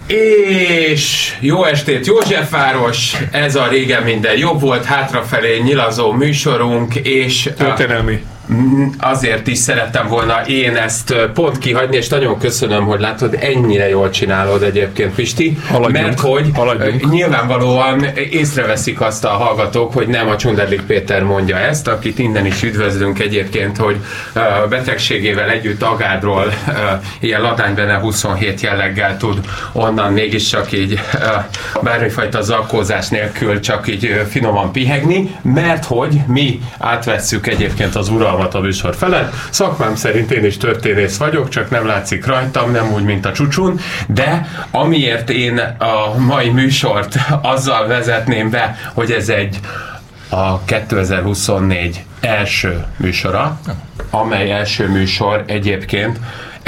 És jó estét Józsefváros, ez a Régen minden jobb volt, hátrafelé nyilazó műsorunk, és történelmi. Azért is szerettem volna én ezt pont kihagyni, és nagyon köszönöm, hogy látod, ennyire jól csinálod egyébként, Pisti, mert hogy nyilvánvalóan észreveszik azt a hallgatók, hogy nem a Csunderlik Péter mondja ezt, akit innen is üdvözlünk egyébként, hogy betegségével együtt Agádról ilyen ladánybene 27 jelleggel tud onnan mégis csak így bármifajta zakózás nélkül csak így finoman pihegni, mert hogy mi átvesszük egyébként az uralmat a műsor felett. Szakmám szerint én is történész vagyok, csak nem látszik rajtam, nem úgy, mint a csúcsun, de amiért én a mai műsort azzal vezetném be, hogy ez a 2024 első műsora, amely első műsor egyébként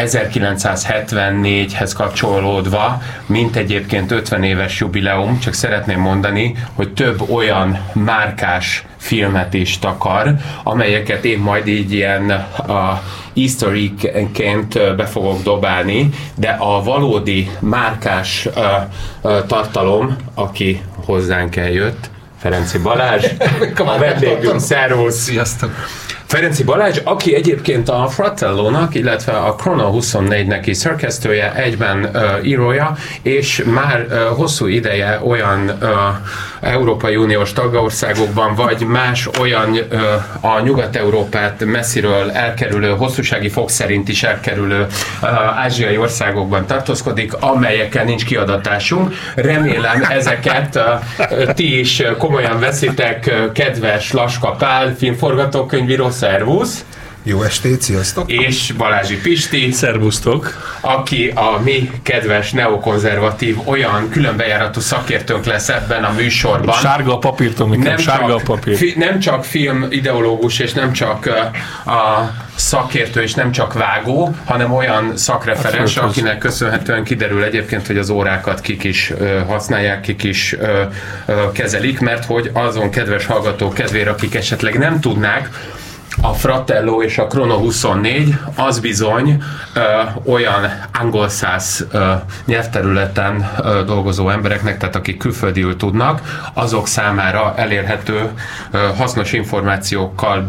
1974-hez kapcsolódva, mint egyébként 50 éves jubileum, csak szeretném mondani, hogy több olyan márkás filmet is takar, amelyeket én majd így ilyen easter egg-ként be fogok dobálni, de a valódi márkás tartalom, aki hozzánk eljött, Ferenci Balázs, a vendégünk, szervusz! Sziasztok! Ferenci Balázs, aki egyébként a Fratello-nak, illetve a Chrono 24-nek is szerkesztője, egyben írója, és már hosszú ideje olyan Európai Uniós tagországokban, vagy más olyan a Nyugat-Európát messziről elkerülő, hosszúsági fok szerint is elkerülő ázsiai országokban tartózkodik, amelyekkel nincs kiadatásunk. Remélem ezeket ti is komolyan veszitek, kedves Laska Pál, filmforgatókönyvíró, szervusz! Jó estét, sziasztok! És Balázsi Pisti, szervusztok! Aki a mi kedves neokonzervatív, olyan különbejáratú szakértőnk lesz ebben a műsorban. Sárga a papír, Tomikám, sárga a papír. Nem csak filmideológus, és nem csak a szakértő, és nem csak vágó, hanem olyan szakreferens, akinek köszönhetően kiderül egyébként, hogy az órákat kik is használják, kik is kezelik, mert hogy azon kedves hallgatók kedvére, akik esetleg nem tudnák, a Fratello és a Chrono 24 az bizony olyan angol száz nyelvterületen dolgozó embereknek, tehát akik külföldiül tudnak, azok számára elérhető hasznos információkkal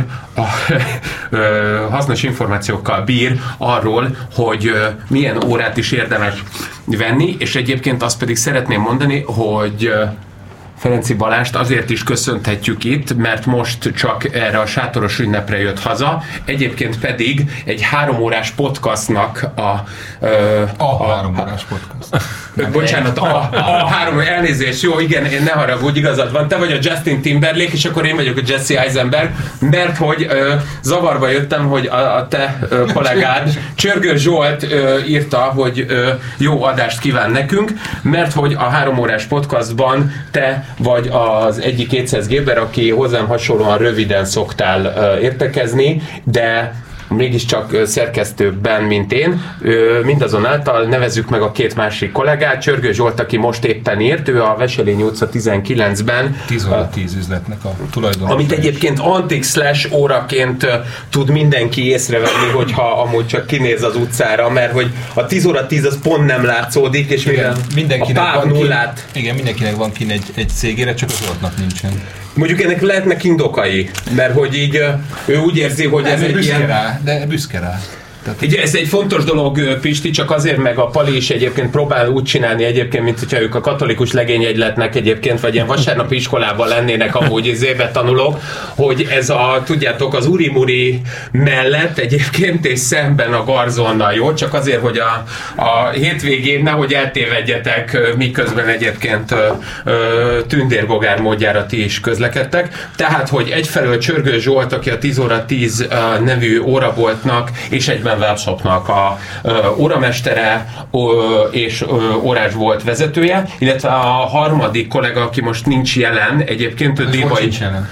bír arról, hogy milyen órát is érdemes venni, és egyébként azt pedig szeretném mondani, hogy Ferenci Balást azért is köszönhetjük itt, mert most csak erre a sátoros ünnepre jött haza, egyébként pedig egy 3 órás podcastnak a 3 órás podcast. Bocsánat, a 3, elnézést, jó, igen, én ne haragudj, igazad van, te vagy a Justin Timberlake, és akkor én vagyok a Jesse Eisenberg, mert hogy zavarba jöttem, hogy a te kollégád, Csörgő Zsolt írta, hogy jó adást kíván nekünk, mert hogy a 3 órás podcastban te vagy az egyik 200 géber, aki hozzám hasonlóan röviden szoktál értekezni, de mégiscsak szerkesztőbben, mint én. Mindazonáltal nevezzük meg a 2 másik kollégát. Csörgő Zsolt, aki most éppen írt, ő a Veselény utca 19-ben 10 üzletnek a tulajdonos. Amit egyébként antik/slash óraként tud mindenki észrevenni, hogyha amúgy csak kinéz az utcára, mert hogy a 10 óra 10 az pont nem látszódik, és igen, mindenkinek a pár nullát... Igen, mindenkinek van kint egy cégére, csak az Zsoltnak nincsen. Mondjuk ennek lehetnek indokai, mert hogy így ő úgy érzi, hogy ez egy ilyen... De büszke rá. Ugye ez egy fontos dolog, Pisti, csak azért, meg a Pali is egyébként próbál úgy csinálni egyébként, mint hogyha ők a katolikus legényegyletnek egyébként, vagy ilyen vasárnapi iskolában lennének amúgy éve tanulók, hogy ez tudjátok, az urimuri mellett egyébként és szemben a garzonnal, jó? Csak azért, hogy a hétvégén nehogy eltévedjetek, miközben egyébként tündérbogár módjára ti is közlekedtek. Tehát, hogy egyfelől Csörgő Zsolt, aki a 10 óra 10 nevű óraboltnak, és egyben webshopnak a óramestere és órás volt vezetője, illetve a harmadik kollega, aki most nincs jelen, egyébként ő Dévai.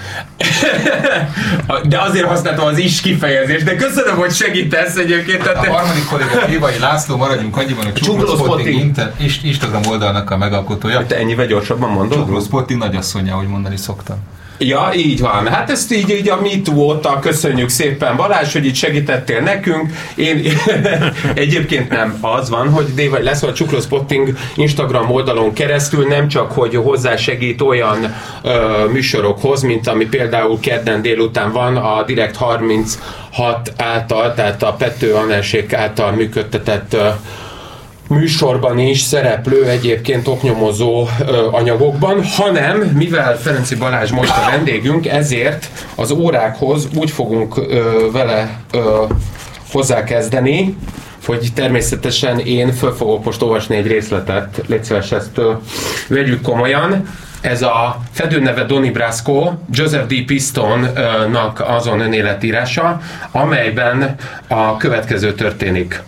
De azért használtam az is kifejezést, de köszönöm, hogy segítesz egyébként. A harmadik kollega Dévai László, maradjunk annyiban, a Csukló Spotting Instagram oldalnak a megalkotója. Te ennyivel gyorsabban mondod? Csukló Spotting nagyasszonya, ahogy mondani szoktam. Ja, így van. Hát ezt így a MeToo óta köszönjük szépen, Balázs, hogy itt segítettél nekünk. Én egyébként nem az van, hogy D-vagy lesz a Csuklóspotting Instagram oldalon keresztül nem csak, hogy hozzásegít olyan műsorokhoz, mint ami például kedden délután van a Direkt 36 által, tehát a Pető Annelsék által működtetett műsorban is szereplő egyébként oknyomozó anyagokban, hanem mivel Ferenci Balázs most a vendégünk, ezért az órákhoz úgy fogunk vele hozzákezdeni, hogy természetesen én föl fogok most olvasni egy részletet, légy szíves, ezt vegyük komolyan. Ez a fedőneve Donnie Brasco, Joseph D. Pistonnak azon önéletírása, amelyben a következő történik.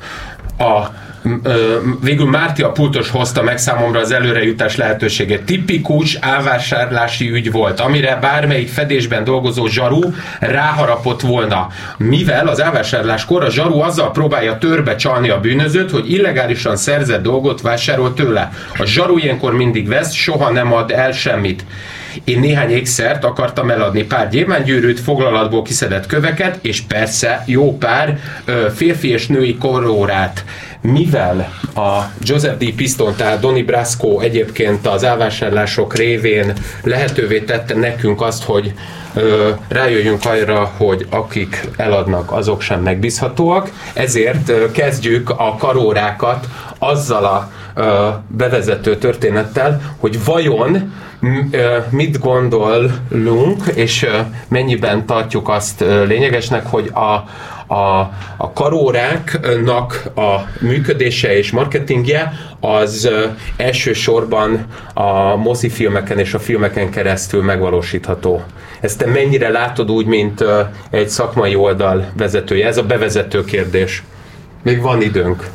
Végül Márti a pultos hozta meg számomra az előrejutás lehetőségét. Tipikus elvásárlási ügy volt, amire bármelyik fedésben dolgozó zsaru ráharapott volna. Mivel az elvásárláskor a zsaru azzal próbálja törbe csalni a bűnözőt, hogy illegálisan szerzett dolgot vásárol tőle. A zsaru ilyenkor mindig vesz, soha nem ad el semmit. Én néhány ékszert akartam eladni, pár gyémánygyűrűt, foglalatból kiszedett köveket, és persze jó pár férfi és női korórát. Mivel a Joseph D. Piston, tehát Donnie Brasco egyébként az elvásárlások révén lehetővé tette nekünk azt, hogy rájöjjünk arra, hogy akik eladnak, azok sem megbízhatóak, ezért kezdjük a karórákat azzal a bevezető történettel, hogy vajon mit gondolunk, és mennyiben tartjuk azt lényegesnek, hogy a karóráknak a működése és marketingje az elsősorban a mozifilmeken és a filmeken keresztül megvalósítható. Ezt te mennyire látod úgy, mint egy szakmai oldal vezetője? Ez a bevezető kérdés. Még van időnk.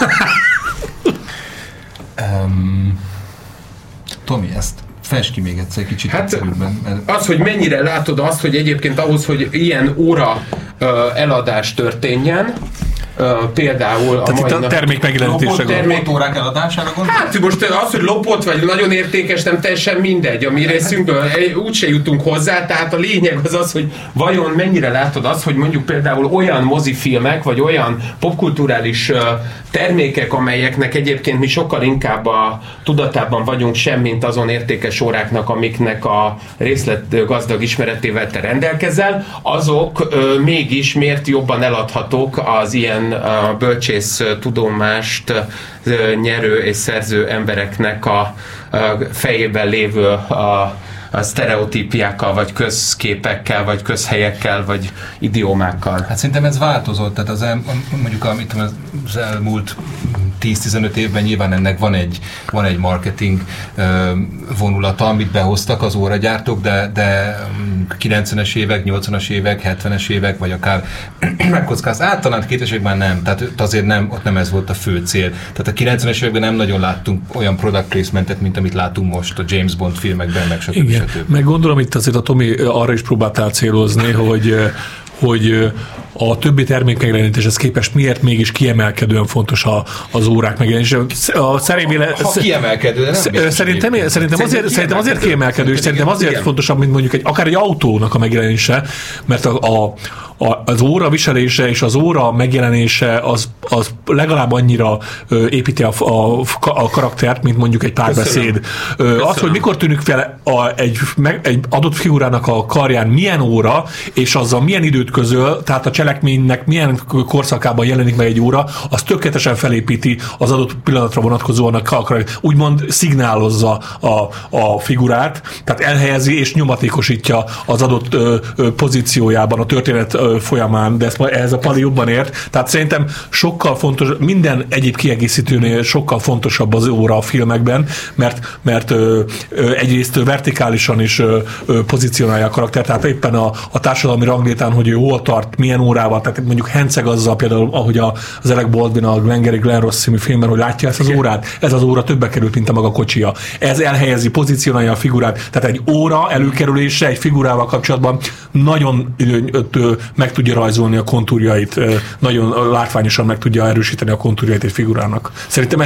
Tomi, ezt fess ki még egyszer kicsit egyszerűbben. Az, hogy mennyire látod azt, hogy egyébként ahhoz, hogy ilyen óra eladás történjen, például a mai termék megjelenítése. Órák eladására gondolod? Hát most az, hogy lopott vagy nagyon értékes, nem teljesen mindegy. A mi részünkből úgyse jutunk hozzá, tehát a lényeg az az, hogy vajon mennyire látod azt, hogy mondjuk például olyan mozifilmek, vagy olyan popkulturális termékek, amelyeknek egyébként mi sokkal inkább a tudatában vagyunk sem, mint azon értékes óráknak, amiknek a részletgazdag ismeretével te rendelkezel, azok mégis miért jobban eladhatók az ilyen bölcsész tudomást nyerő és szerző embereknek a fejében lévő a sztereotípiákkal, vagy közképekkel, vagy közhelyekkel, vagy idiómákkal. Hát szerintem ez változott, tehát mondjuk az elmúlt 10-15 évben nyilván ennek van egy marketing vonulata, amit behoztak az óragyártók, de 90-es évek, 80-as évek, 70-es évek, vagy akár megkockáz, általán 2000-es években nem, tehát azért ott nem ez volt a fő cél. Tehát a 90-es években nem nagyon láttunk olyan product placementet, mint amit látunk most a James Bond filmekben, meg stb. Meg gondolom itt azért a Tomi arra is próbáltál célozni, hogy a többi termék megjelenítéshez képest miért mégis kiemelkedően fontos az órák megjelenítése. Ha kiemelkedő, de szerintem azért kiemelkedő, és szerintem azért fontosabb, mint mondjuk akár egy autónak a megjelenése, mert az óra viselése és az óra megjelenése az legalább annyira építi a karaktert, mint mondjuk egy párbeszéd. Az, hogy mikor tűnik fel egy adott figurának a karján milyen óra, és azzal milyen időt közöl, tehát a cselekménynek milyen korszakában jelenik meg egy óra, az tökéletesen felépíti az adott pillanatra vonatkozóan úgymond szignálozza a figurát, tehát elhelyezi és nyomatékosítja az adott pozíciójában a történet folyamán, de ez a Pali jobban ért. Tehát szerintem sokkal fontos, minden egyéb kiegészítőnél sokkal fontosabb az óra a filmekben, mert egyrészt vertikálisan is pozícionálja a karakter, tehát éppen a társadalmi ranglétán, hogy ő hol tart, milyen órával, tehát mondjuk henceg azzal például, ahogy az Alec Baldwin a Glengarry Glen Ross című filmben, hogy látja ezt az órát, ez az óra többbe került, mint a maga kocsia. Ez elhelyezi, pozícionálja a figurát, tehát egy óra előkerülése egy figurával kapcsolatban nagyon meg tudja rajzolni a kontúrjait, nagyon látványosan meg tudja erősíteni a kontúrjait egy figurának. Szerintem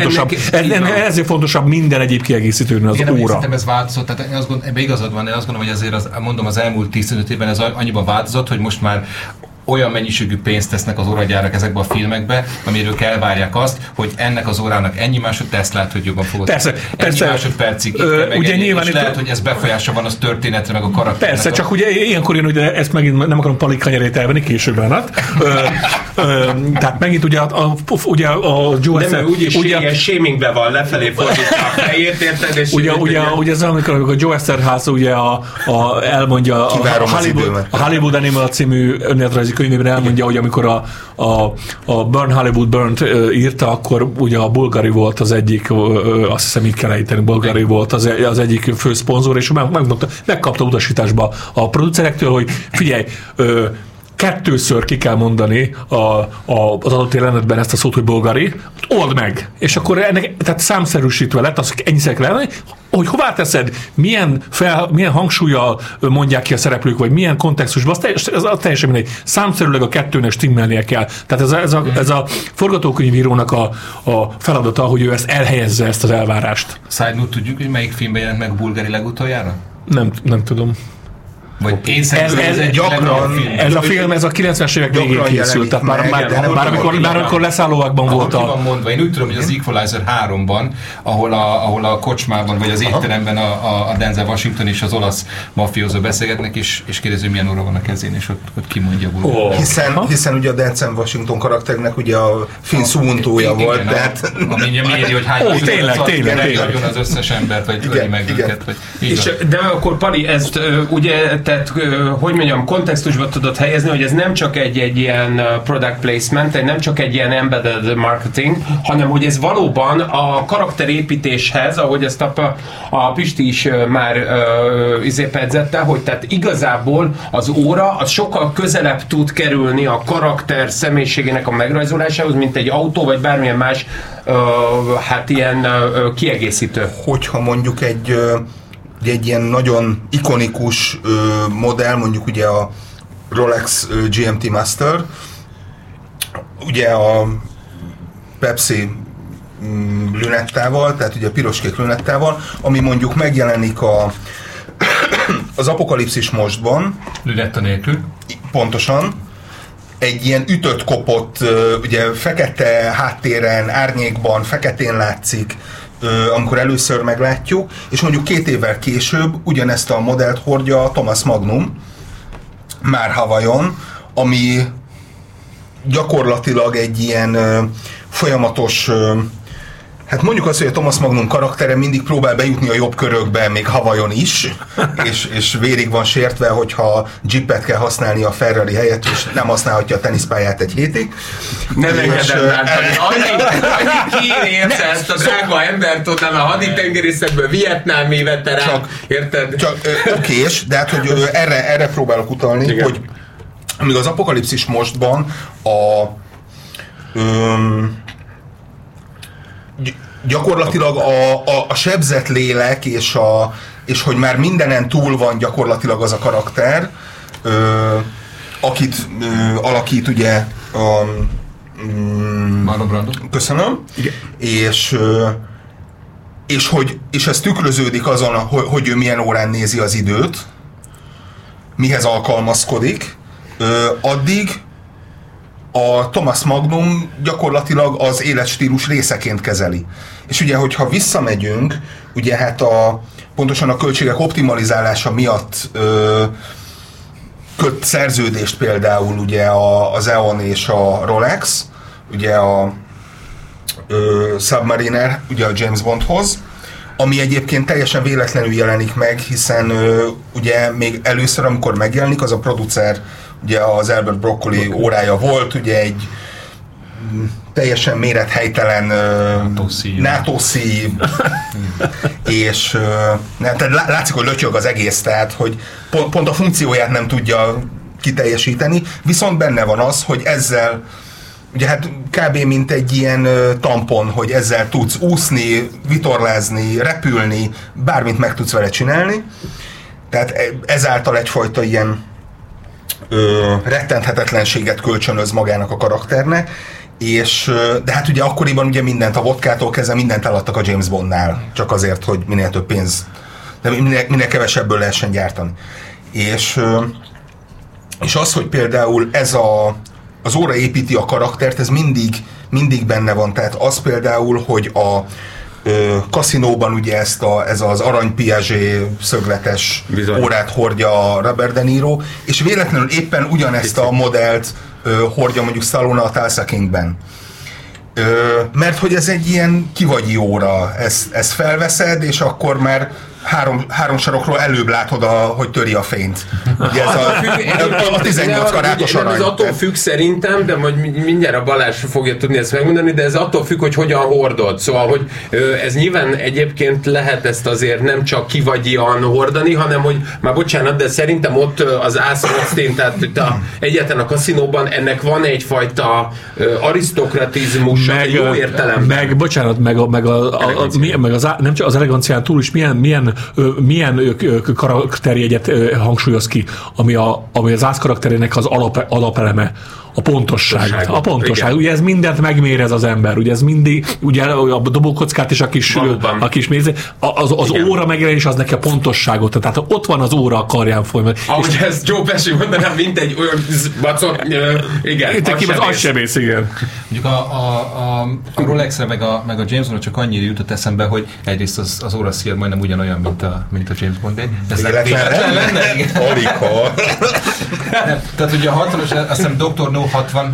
ezért fontosabb minden egyéb kiegészítőnél az óra. Szerintem ez változott, tehát ebben igazad van, de azt gondolom, hogy azért az elmúlt 10-15 évben ez annyiban változott, hogy most már olyan mennyiségű pénzt tesznek az óragyárak ezekbe a filmekbe, amiről elvárják azt, hogy ennek az órának ennyi másodperc lehet, hogy jobban fogod. Ennyi másodpercig ugye nyilván és lehet, hogy ez befolyása van az történetre, meg a karakternek. Persze, csak ugye ilyenkor jön, ugye ezt megint nem akarom palikkanyarét elvenni, később bánat. Tehát megint ugye a Joe Ester... Nem, úgyis ilyen shamingbe van, lefelé fordítva a fejét, érted? És ugye ez amikor a Joe Eszterház ugye elmondja a Hollywood Animal című önéletrajzi könyvében elmondja, hogy amikor a Burn Hollywood Burnt írta, akkor ugye a Bulgari volt az egyik, azt hiszem így kell ejteni, Bulgari volt az egyik fő szponzor, és megkapta utasításba a producerektől, hogy figyelj, 2-ször ki kell mondani az adott jelenetben ezt a szót, hogy Bulgari, old meg! És akkor ennek, tehát számszerűsítve lett, az ennyiszer kell lenni, hogy hová teszed, milyen hangsúllyal mondják ki a szereplők, vagy milyen kontextusban, az teljesen mindegy. Számszerűleg a kettőnek stimmelnie kell. Tehát ez a forgatókönyvírónak a feladata, hogy ő ezt elhelyezze, ezt az elvárást. Side note, tudjuk, hogy melyik filmben jelent meg Bulgari legutoljára? Nem tudom. Vagy én ez a film, ez a 90-es évek végén készült, tehát már amikor leszállóakban volt ki van mondva. Én úgy tudom, hogy az Equalizer 3-ban, ahol a kocsmában, vagy az étteremben a Denzel Washington és az olasz mafiózó beszélgetnek, és kérdező, milyen óra van a kezén, és ott kimondja Bulgari. Hiszen ugye a Denzel Washington karakternek ugye a Finn Subuntója volt, tehát... Ami méri, hogy hány tényleg. Nagyon az összes embert, vagy öli meg őket. De akkor Pali, ezt ugye tehát, hogy mondjam, kontextusba tudod helyezni, hogy ez nem csak egy ilyen product placement, nem csak egy ilyen embedded marketing, hanem hogy ez valóban a karakterépítéshez, ahogy ezt a Pisti is már pedzette, hogy tehát igazából az óra az sokkal közelebb tud kerülni a karakter személyiségének a megrajzolásához, mint egy autó, vagy bármilyen más hát ilyen kiegészítő. Hogyha mondjuk egy ilyen nagyon ikonikus modell, mondjuk ugye a Rolex GMT Master, ugye a Pepsi lünettával, tehát ugye a piros-kék lünettával, ami mondjuk megjelenik az Apokalipszis mostban. Lünetta nélkül. Pontosan. Egy ilyen ütött-kopott, ugye fekete háttéren, árnyékban, feketén látszik, amikor először meglátjuk, és mondjuk 2 évvel később ugyanezt a modellt hordja a Thomas Magnum, már Hawaiion, ami gyakorlatilag egy ilyen folyamatos, hát mondjuk azt, hogy a Thomas Magnum karaktere mindig próbál bejutni a jobb körökbe, még Hawaiion is, és vérig van sértve, hogyha Jeepet kell használni a Ferrari helyett, és nem használhatja a teniszpályát egy hétig. Nem engedem rá, annyi kiérsz ezt a drága embert onnan a haditengerészetből, vietnámi veterán, érted? Csak okés, de hát, hogy erre próbálok utalni, igen, hogy amíg az Apokalipszis mostban gyakorlatilag a sebzett lélek és hogy már mindenen túl van gyakorlatilag az a karakter, akit alakít ugye Marlon Brando. Köszönöm. Igen. És ez tükröződik azon, hogy ő milyen órán nézi az időt, mihez alkalmazkodik, addig a Thomas Magnum gyakorlatilag az életstílus részeként kezeli. És ugye, hogyha visszamegyünk, ugye hát pontosan a költségek optimalizálása miatt köt szerződést például ugye az EON és a Rolex, ugye a Submariner, ugye a James Bondhoz, ami egyébként teljesen véletlenül jelenik meg, hiszen ugye még először, amikor megjelenik, az a producer, ugye az Albert Broccoli órája volt, ugye egy teljesen mérethelytelen NATO-szíj, és tehát látszik, hogy lötyög az egész, tehát hogy pont a funkcióját nem tudja kiteljesíteni, viszont benne van az, hogy ezzel ugye hát kb. Mint egy ilyen tampon, hogy ezzel tudsz úszni, vitorlázni, repülni, bármit meg tudsz vele csinálni. Tehát ezáltal egyfajta ilyen rettenthetetlenséget kölcsönöz magának a karakternek, de hát ugye akkoriban ugye mindent a vodkától kezdve mindent eladtak a James Bondnál, csak azért, hogy minél több pénz, de minél kevesebből lehessen gyártani. És az, hogy például az óra építi a karaktert, ez mindig benne van. Tehát az például, hogy a kaszinóban ugye ez az arany Piaget szögletes órát hordja Robert De Niro, és véletlenül éppen ugyanezt a modellt hordja mondjuk Stallone a Tulsa Kingben. Mert hogy ez egy ilyen kivagyi óra, ezt felveszed, és akkor már három sarokról előbb látod, hogy töri a fényt. Ugye ez a 18 karátos arany. Ez attól függ szerintem, de majd mindjárt a Balázs fogja tudni ezt megmondani, de ez attól függ, hogy hogyan hordod. Szóval, hogy ez nyilván egyébként lehet ezt azért nem csak kivagyian hordani, hanem hogy, már bocsánat, de szerintem ott az Ászrosztén, tehát egyáltalán a kaszinóban ennek van egyfajta arisztokratizmus, jó értelemben. Bocsánat, nem csak az elegancián túl is milyen karakterjegyet hangsúlyoz ki, ami az ász karakterének az alapeleme. A pontosság. A pontosság. Igen. Ugye ez mindent megmérez az ember. Ugye ez mindig, ugye a dobókockát is a kis mézé. Az óra megjelenés az neki a pontosságot. Tehát ott van az óra a karján folyamán. Ahogy ezt Joe Pesci mondanám, mint egy olyan bacot, igen. Az sebész, igen. Mondjuk a Rolexre meg a James Bondra csak annyira jutott eszembe, hogy egyrészt az óra szír majdnem ugyanolyan, mint a James Bondé. Ez véletlen lenne? Arika. Tehát ugye a 60-os, azt hiszem Dr. No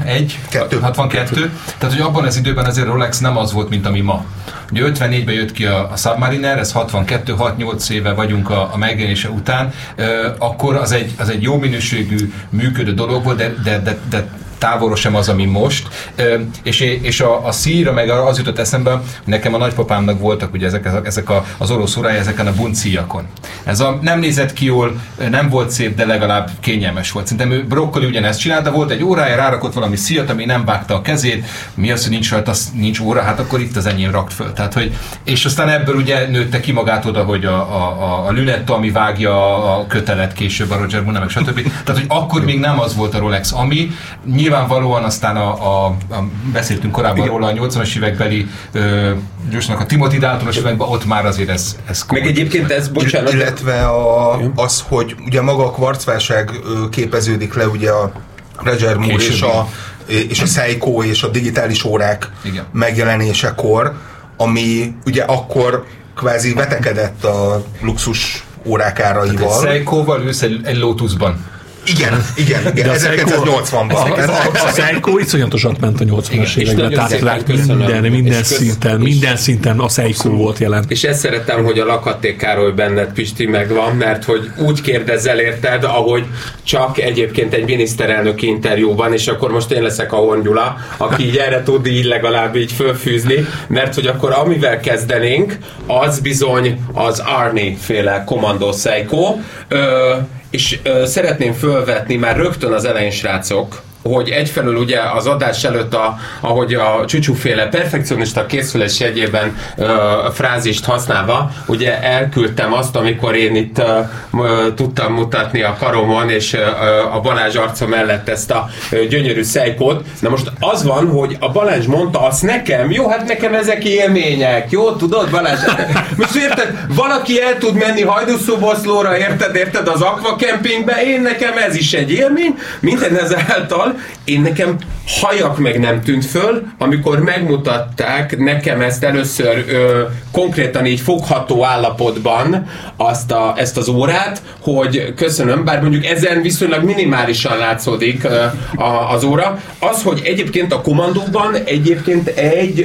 62, tehát hogy abban az időben azért Rolex nem az volt, mint ami ma. Ugye 54-ben jött ki a Submariner, ez 6-8 éve vagyunk a megjelenése után, akkor az egy jó minőségű, működő dolog volt, de távolról sem az, ami most. És a szíra meg az jutott eszembe, nekem a nagypapámnak voltak ugye ezek az orosz órája ezeken a buncíjakon. Nem nézett ki jól, nem volt szép, de legalább kényelmes volt. Szerintem ő Broccoli ugyanezt csinálta, volt egy órája, rárakott valami szíjat, ami nem vágta a kezét, mi az, hogy nincs óra, hát akkor itt az enyém rakt föl. Tehát, és aztán ebből ugye nőtte ki magát oda, hogy a lünetta, ami vágja a kötelet később, a Roger Moore, meg stb. Tehát, hogy akkor még nem az volt a Rolex, ami nyilvánvalóan aztán beszéltünk korábban róla a 80-as évekbeli a Timothy Daltonos években, ott már azért ez meg egyébként ez, bocsánat. Illetve az, hogy ugye maga a kvarcválság képeződik le ugye a Roger Moore és a Seiko és a digitális órák megjelenésekor, ami ugye akkor kvázi vetekedett a luxus órák áraival. A Seiko-val ülsz egy Lotusban. Igen, 1980-ban. A Seiko iszonyatosat ment a 80-as években, tehát minden szinten a Seiko volt jelen. És ezt szeretem, hogy a Lakaték Károly benned, Pisti, megvan, mert hogy úgy kérdezzel érted, ahogy csak egyébként egy miniszterelnöki interjúban, és akkor most én leszek a Horn Gyula, aki így erre tud így legalább így fölfűzni, mert hogy akkor amivel kezdenénk, az bizony az Arnie féle kommandó Seiko, és szeretném fölvetni már rögtön az elején, srácok, hogy egyfelől ugye az adás előtt, ahogy a Csúcsúféle perfekcionista készülés jegyében frázist használva, ugye elküldtem azt, amikor én itt tudtam mutatni a karomon, és a Balázs arca mellett ezt a gyönyörű Seikót. Na most az van, hogy a Balázs mondta azt nekem, jó, hát nekem ezek élmények, jó, tudod, Balázs? Most érted, valaki el tud menni Hajdúszoboszlóra, érted, az akvakempingbe, én nekem ez is egy élmény, minden ezáltal én nekem hajak meg nem tűnt föl, amikor megmutatták nekem ezt először konkrétan így fogható állapotban ezt az órát, hogy köszönöm, bár mondjuk ezen viszonylag minimálisan látszódik az óra. Az, hogy egyébként a kommandóban egyébként egy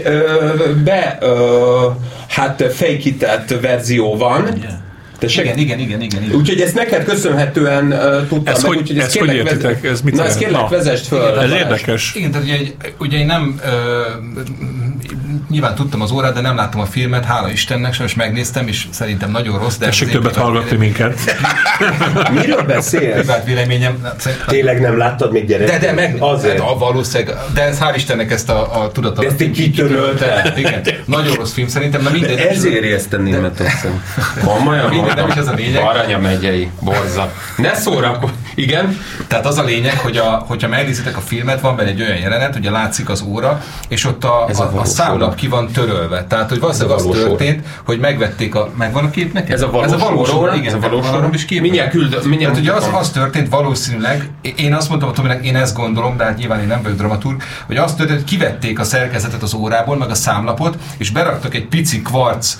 fejkített verzió van. Igen. Úgyhogy ezt neked köszönhetően tudtam meg, úgyhogy ezt kérlek vezest föl. Ez érdekes. Igen, tehát ugye én nem nyilván tudtam az órát, de nem láttam a filmet, hála Istennek, sajnos megnéztem, és szerintem nagyon rossz. Tessék többet hallgatni minket. Miről beszélsz? Privát véleményem. Tényleg nem láttad még gyerek? De meg azért. Valószínűleg, de ez hál' Istennek ezt a tudatot. Ezt így kitörölte. Igen, nagyon rossz film szerintem, na mindegy. Ezért éreztem Németország. Nem is ez a lényeg. Aranya megyei borzat. Ne szórakozz! Igen. Tehát az a lényeg, hogyha megnézitek a filmet, van benne egy olyan jelenet, ugye látszik az óra, és ott a számlap ki van törölve. Tehát, hogy valószínűleg az történt, hogy megvették megvan a kép neked? Ez a valós óra. Igen, ez a valós óra. Mindjárt küldöm. Tehát ugye az történt valószínűleg, én azt mondtam, hogy én ezt gondolom, de hát nyilván én nem vagyok dramaturg, hogy azt történt, hogy kivették a szerkezetet az órából, meg a számlapot, és beraktak egy pici kvarc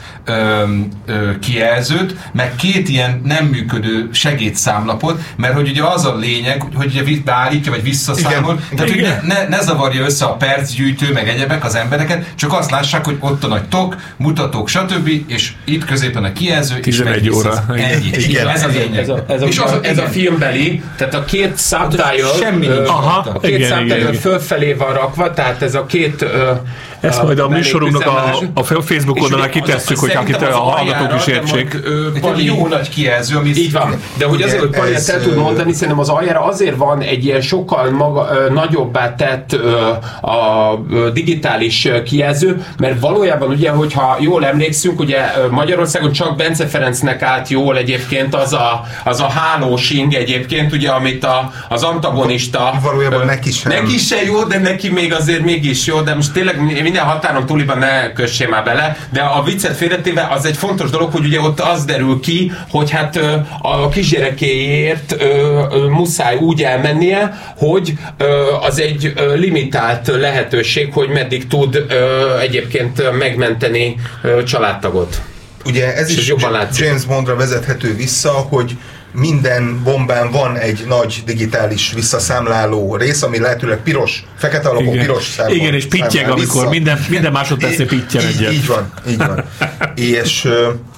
kijelzőt, meg két ilyen nem működő segédszámlapot, mert hogy ugye az a lényeg, hogy ugye beállítja, vagy visszaszámol, tehát hogy ne zavarja össze a percgyűjtő, meg egyebek az embereket, csak azt lássák, hogy ott a nagy tok, mutatók, stb. És itt középen a kijelző, 11 óra. Igen, ez a lényeg. Ez a filmbeli, tehát a két subtitle, semmi nincs. A két subtitle fölfelé van rakva, tehát ez a két ezt majd a műsorunknak a Facebook oldalán kitesszük, hogy akit a hallgatók is értsék. Egy jó nagy kijelző, ami... Így van. De hogy azért, hogy Pali ezt el tud mondani, szerintem az aljára azért van egy ilyen sokkal nagyobbá tett a digitális kijelző, mert valójában ugye, hogyha jól emlékszünk, ugye Magyarországon csak Bence Ferencnek állt jól egyébként az a hálósing egyébként, ugye, amit az antagonista... Valójában neki se jó, de neki még azért mégis jó, de most tényleg minden határon túliban ne kössé már bele, de a viccet félretéve az egy fontos dolog, hogy ugye ott az derül ki, hogy hát a kisgyerekéért muszáj úgy elmennie, hogy az egy limitált lehetőség, hogy meddig tud egyébként megmenteni családtagot. Ugye ez is James Bondra vezethető vissza, hogy minden bombán van egy nagy digitális visszaszámláló rész, ami lehetőleg piros, fekete alapú piros számmal. Igen, és pittyeg, amikor minden másodpercnél pittyeg egyet. Így van. És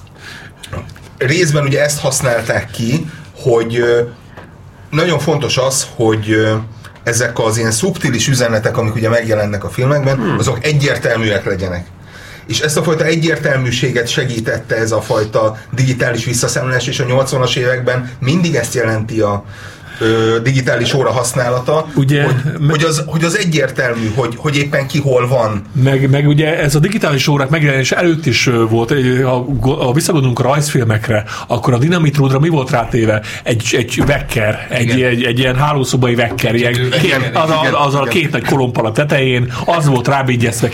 részben ugye ezt használták ki, hogy nagyon fontos az, hogy ezek az ilyen szubtilis üzenetek, amik ugye megjelennek a filmekben, azok egyértelműek legyenek. És ezt a fajta egyértelműséget segítette ez a fajta digitális visszaszámlálás, és a 80-as években mindig ezt jelenti a digitális óra használata, ugye, hogy az egyértelmű, hogy éppen ki hol van. Meg ugye ez a digitális órák megjelenése előtt is volt, ha visszagondolunk a rajzfilmekre, akkor a dinamitródra mi volt rátéve? Egy vekker, egy ilyen hálószobai vekker, azzal a két nagy kolompal a tetején, az volt rábígyezve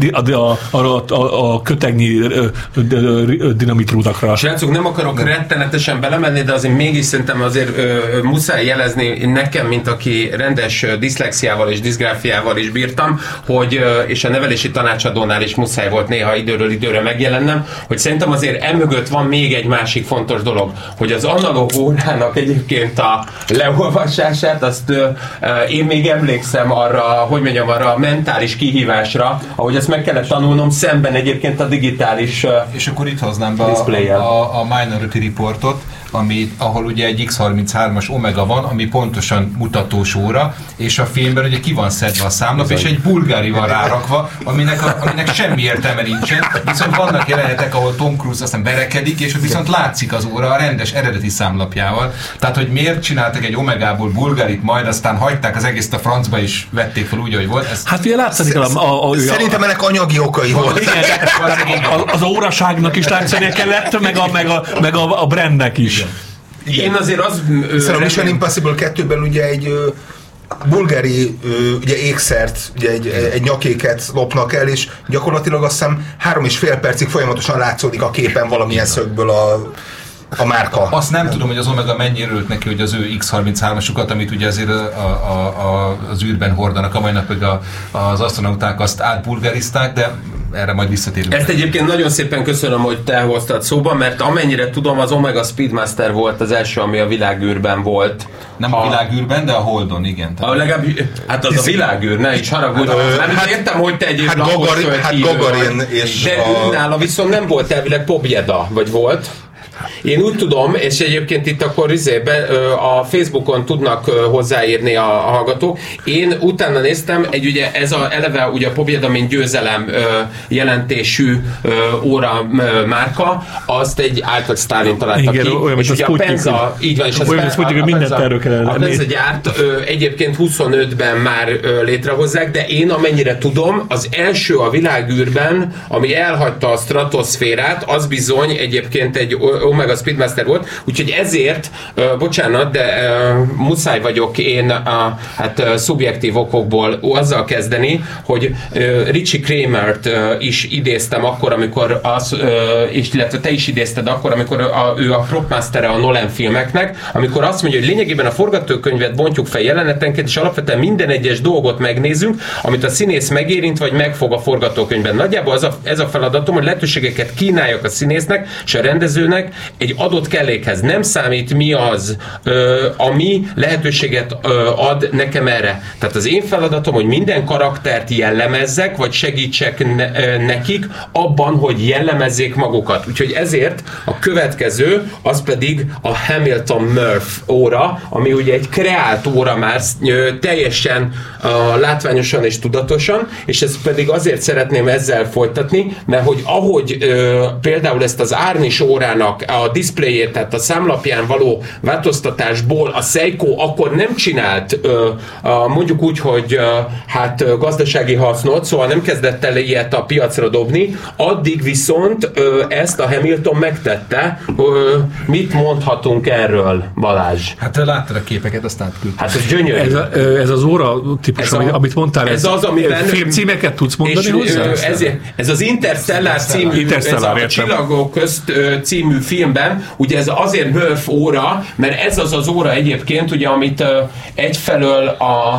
a kötegnyi dinamitródakra. Srácok, nem akarok rettenetesen belemenni, de azért mégis szerintem azért muszáj jelezni nekem, mint aki rendes diszlexiával és diszgráfiával is bírtam, hogy, és a nevelési tanácsadónál is muszáj volt néha időről időre megjelennem, hogy szerintem azért emögött van még egy másik fontos dolog, hogy az analóg órának egyébként a leolvasását, azt én még emlékszem arra, arra a mentális kihívásra, ahogy ezt meg kellett tanulnom szemben egyébként a digitális és akkor itt hoznám be a Minority Reportot, ahol ugye egy X33-as Omega van, ami pontosan mutatós óra, és a filmben ugye ki van szedve a számlap, és egy bulgári van rárakva, aminek semmi értelme nincsen, viszont vannak jelenetek, ahol Tom Cruise aztán berekedik, és viszont látszik az óra a rendes eredeti számlapjával. Tehát, hogy miért csináltak egy Omegából bulgárit, majd aztán hagyták az egész a francba, és vették fel úgy, ahogy volt. Hát ugye látszik szerintem ennek anyagi okai volt. Az óraságnak is látszania kellett, meg a brandnek is. Igen. Én azért az... Szerintem a Mission Impossible 2-ben ugye egy bulgári ugye ékszert, ugye egy nyakéket lopnak el, és gyakorlatilag azt hiszem 3,5 percig folyamatosan látszódik a képen valamilyen szögből a márka. Azt nem tudom, hogy az Omega mennyi örült neki, hogy az ő X33-asukat, amit ugye azért az űrben hordanak, a mai napig az asztronauták azt átbulgarizták, de erre majd visszatérünk. Ezt egyébként nagyon szépen köszönöm, hogy te hoztad szóba, mert amennyire tudom, az Omega Speedmaster volt az első, ami a világűrben volt. Nem a világűrben, de a Holdon, igen. Hát az a világűr, ne is haragudj. Értem, hogy te egy Gagarin és de nála viszont nem volt elvileg Pobjeda, vagy volt? Én úgy tudom, és egyébként itt akkor a Facebookon tudnak hozzáírni a hallgatók. Én utána néztem, ugye ez eleve ugye a Pobjeda, mint győzelem jelentésű óra márka, azt egy Albert Stalin találta ki. És ugye a Penza, így van, és a Penza gyárt egyébként 25-ben már létrehozzák, de én amennyire tudom, az első a világűrben, ami elhagyta a stratoszférát, az bizony egyébként egy Omega Speedmaster volt, úgyhogy ezért, bocsánat, de muszáj vagyok én hát szubjektív okokból azzal kezdeni, hogy Richie Kramert is idéztem akkor, amikor illetve te is idézted akkor, amikor ő a propmastere a Nolan filmeknek, amikor azt mondja, hogy lényegében a forgatókönyvet bontjuk fel jelenetenként, és alapvetően minden egyes dolgot megnézünk, amit a színész megérint, vagy megfog a forgatókönyvben. Nagyjából ez a feladatom, hogy lehetőségeket kínáljak a színésznek és a rendezőnek egy adott kellékhez. Nem számít mi az, ami lehetőséget ad nekem erre. Tehát az én feladatom, hogy minden karaktert jellemezzek, vagy segítsek nekik abban, hogy jellemezzék magukat. Úgyhogy ezért a következő, az pedig a Hamilton Murph óra, ami ugye egy kreált óra már teljesen látványosan és tudatosan, és ezt pedig azért szeretném ezzel folytatni, mert hogy ahogy például ezt az Árnis órának a diszpléjét, tehát a számlapján való változtatásból a Seiko akkor nem csinált mondjuk úgy, hogy hát gazdasági hasznot, szóval nem kezdett el ilyet a piacra dobni, addig viszont ezt a Hamilton megtette. Mit mondhatunk erről, Balázs? Hát láttad a képeket, azt átküldtem. Hát ez gyönyörű. Ez az óra típus, amit mondtál, ez az, amiben filmcímeket tudsz mondani hozzá? Ez az Interstellar című, ez a Csillagok közt című filmben, ugye ez azért Murph óra, mert ez az óra egyébként, ugye, amit egyfelől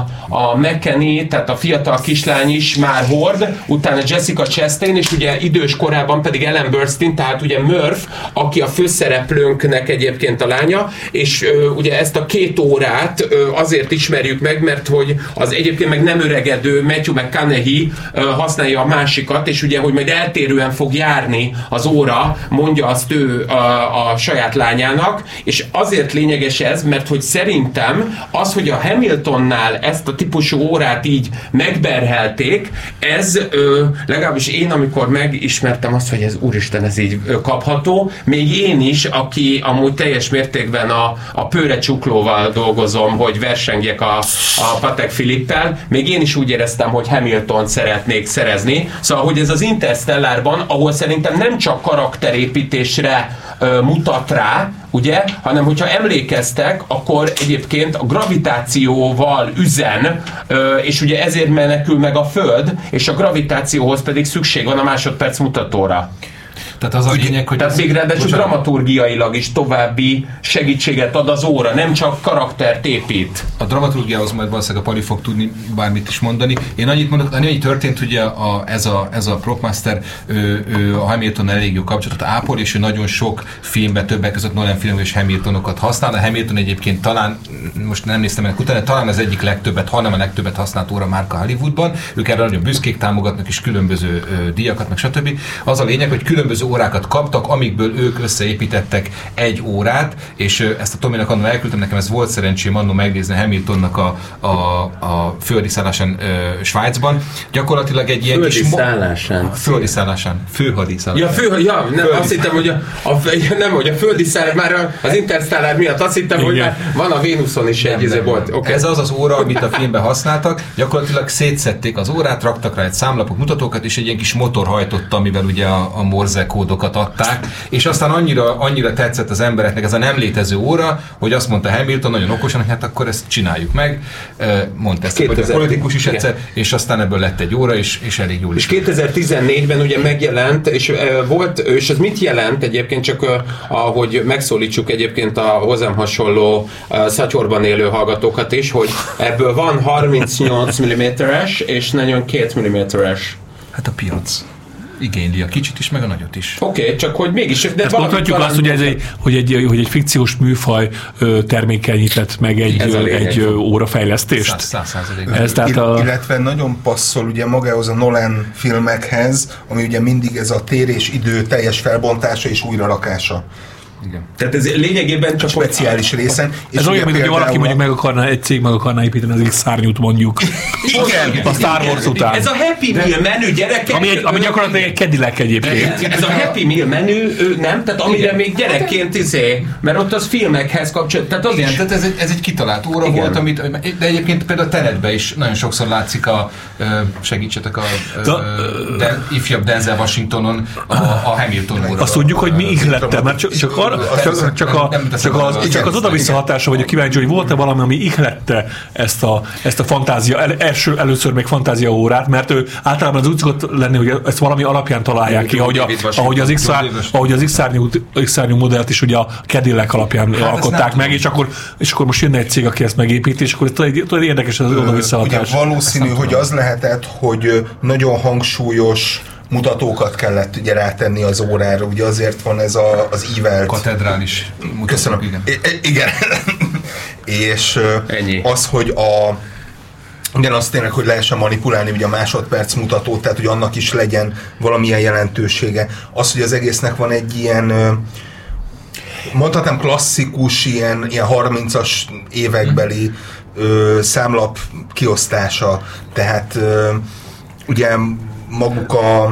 a McKenny, tehát a fiatal kislány is már hord, utána Jessica Chastain, és ugye idős korában pedig Ellen Burstyn, tehát ugye Murph, aki a főszereplőnknek egyébként a lánya, és ugye ezt a két órát azért ismerjük meg, mert hogy az egyébként meg nem öregedő Matthew McConaughey használja a másikat, és ugye, hogy majd eltérően fog járni az óra, mondja azt ő a saját lányának, és azért lényeges ez, mert hogy szerintem az, hogy a Hamiltonnál ezt a típusú órát így megberhelték, ez legalábbis én, amikor megismertem azt, hogy ez úristen, ez így kapható, még én is, aki amúgy teljes mértékben a pőre csuklóval dolgozom, hogy versengjek a Patek Philippel, még én is úgy éreztem, hogy Hamiltont szeretnék szerezni. Szóval, hogy ez az Interstellárban, ahol szerintem nem csak karakterépítésre mutat rá, ugye, hanem hogyha emlékeztek, akkor egyébként a gravitációval üzen, és ugye ezért menekül meg a Föld, és a gravitációhoz pedig szükség van a másodperc mutatóra. Tehát az a lényeg, hogy... Tehát még ráadásul dramaturgiailag is további segítséget ad az óra, nem csak karaktert épít. A dramaturgiához majd valószínűleg a Pali fog tudni bármit is mondani. Én annyit mondok, annyi történt, ugye ez a propmaster a Hamilton elég jó kapcsolatot ápol, és ő nagyon sok filmben, többek között Nolan filmben és Hamiltonokat használ. A Hamilton egyébként talán, most nem néztem ennek utána, talán az egyik legtöbbet, hanem a legtöbbet használt óra márka Hollywoodban. Ők erre nagyon büszkék, támogatnak is különböző díjakat, meg stb. Az a lényeg, hogy különböző órákat kaptak, amikből ők összeépítettek egy órát, és ezt a Tominak annól elküldtem, nekem ez volt szerencsém annól megnézni Hamiltonnak a földi szállásán Svájcban. Gyakorlatilag egy ilyen kis... Földi szállásán. Főhadi szállásán. Azt hittem, hogy a földi szállás már az Interstellar miatt azt hittem, hogy már van a Vénuszon is egy volt. Okay. Ez az óra, amit a filmben használtak. Gyakorlatilag szétszették az órát, raktak rá egy számlapot, mutatókat, és egy ilyen kis motor hajtotta, amivel ugye a Morse kódokat adták, és aztán annyira tetszett az embereknek ez a nem létező óra, hogy azt mondta Hamilton nagyon okosan, hogy hát akkor ezt csináljuk meg. Mondta ezt, hogy a politikus is egyszer, és aztán ebből lett egy óra, és elég jól is. És 2014-ben ugye megjelent, és volt, és ez mit jelent egyébként, csak ahogy megszólítsuk egyébként a hozzám hasonló szatyorban élő hallgatókat is, hogy ebből van 38 mm-es, és nagyon 2 mm-es. Hát a piac igényli a kicsit is, meg a nagyot is. Oké, csak hogy mégis... De mondhatjuk azt, hogy egy fikciós műfaj termékenyített meg egy órafejlesztést. 100%. Illetve nagyon passzol ugye magához a Nolan filmekhez, ami ugye mindig ez a tér és idő teljes felbontása és újrarakása. Igen. Tehát ez lényegében csak speciális részen. Ez olyan, mint hogy valaki mondjuk egy cég meg akarna építeni az X-szárnyút mondjuk. Igen. A Star Wars után. Ez a Happy Meal menü, gyerekek. Ami gyakorlatilag egy Cadillac egyébként. Ez a Happy Meal menü, nem? Tehát amire még gyerekként mert ott az filmekhez kapcsolatban. Igen, tehát ez egy kitalált óra volt, de egyébként például a Tenetben is nagyon sokszor látszik segítsetek ifjabb Denzel Washingtonon a Hamilton óra. Azt tudjuk, hogy mi ihlette, mert csak az oda-vissza hatása vagyok kíváncsi, hogy volt-e valami, ami ihlette ezt a fantázia, először még fantázia órát, mert ő általában az úgy szokott lenni, hogy ezt valami alapján találják ki, ahogy az X-szárnyú modellt is ugye a Cadillac alapján alkották meg, és akkor most jönne egy cég, aki ezt megépíti, és akkor tudod érdekes az oda-vissza hatás. Ugye valószínű, hogy az lehetett, hogy nagyon hangsúlyos mutatókat kellett ugye rátenni az órára, ugye azért van ez az ívelt... Katedrális mutatók. Köszönöm. Igen. És ennyi. Az, hogy igen, az tényleg, hogy lehessen manipulálni ugye a másodperc mutatót, tehát hogy annak is legyen valamilyen jelentősége. Az, hogy az egésznek van egy ilyen mondhatnám klasszikus, ilyen 30-as évekbeli számlap kiosztása, tehát ugye maguk a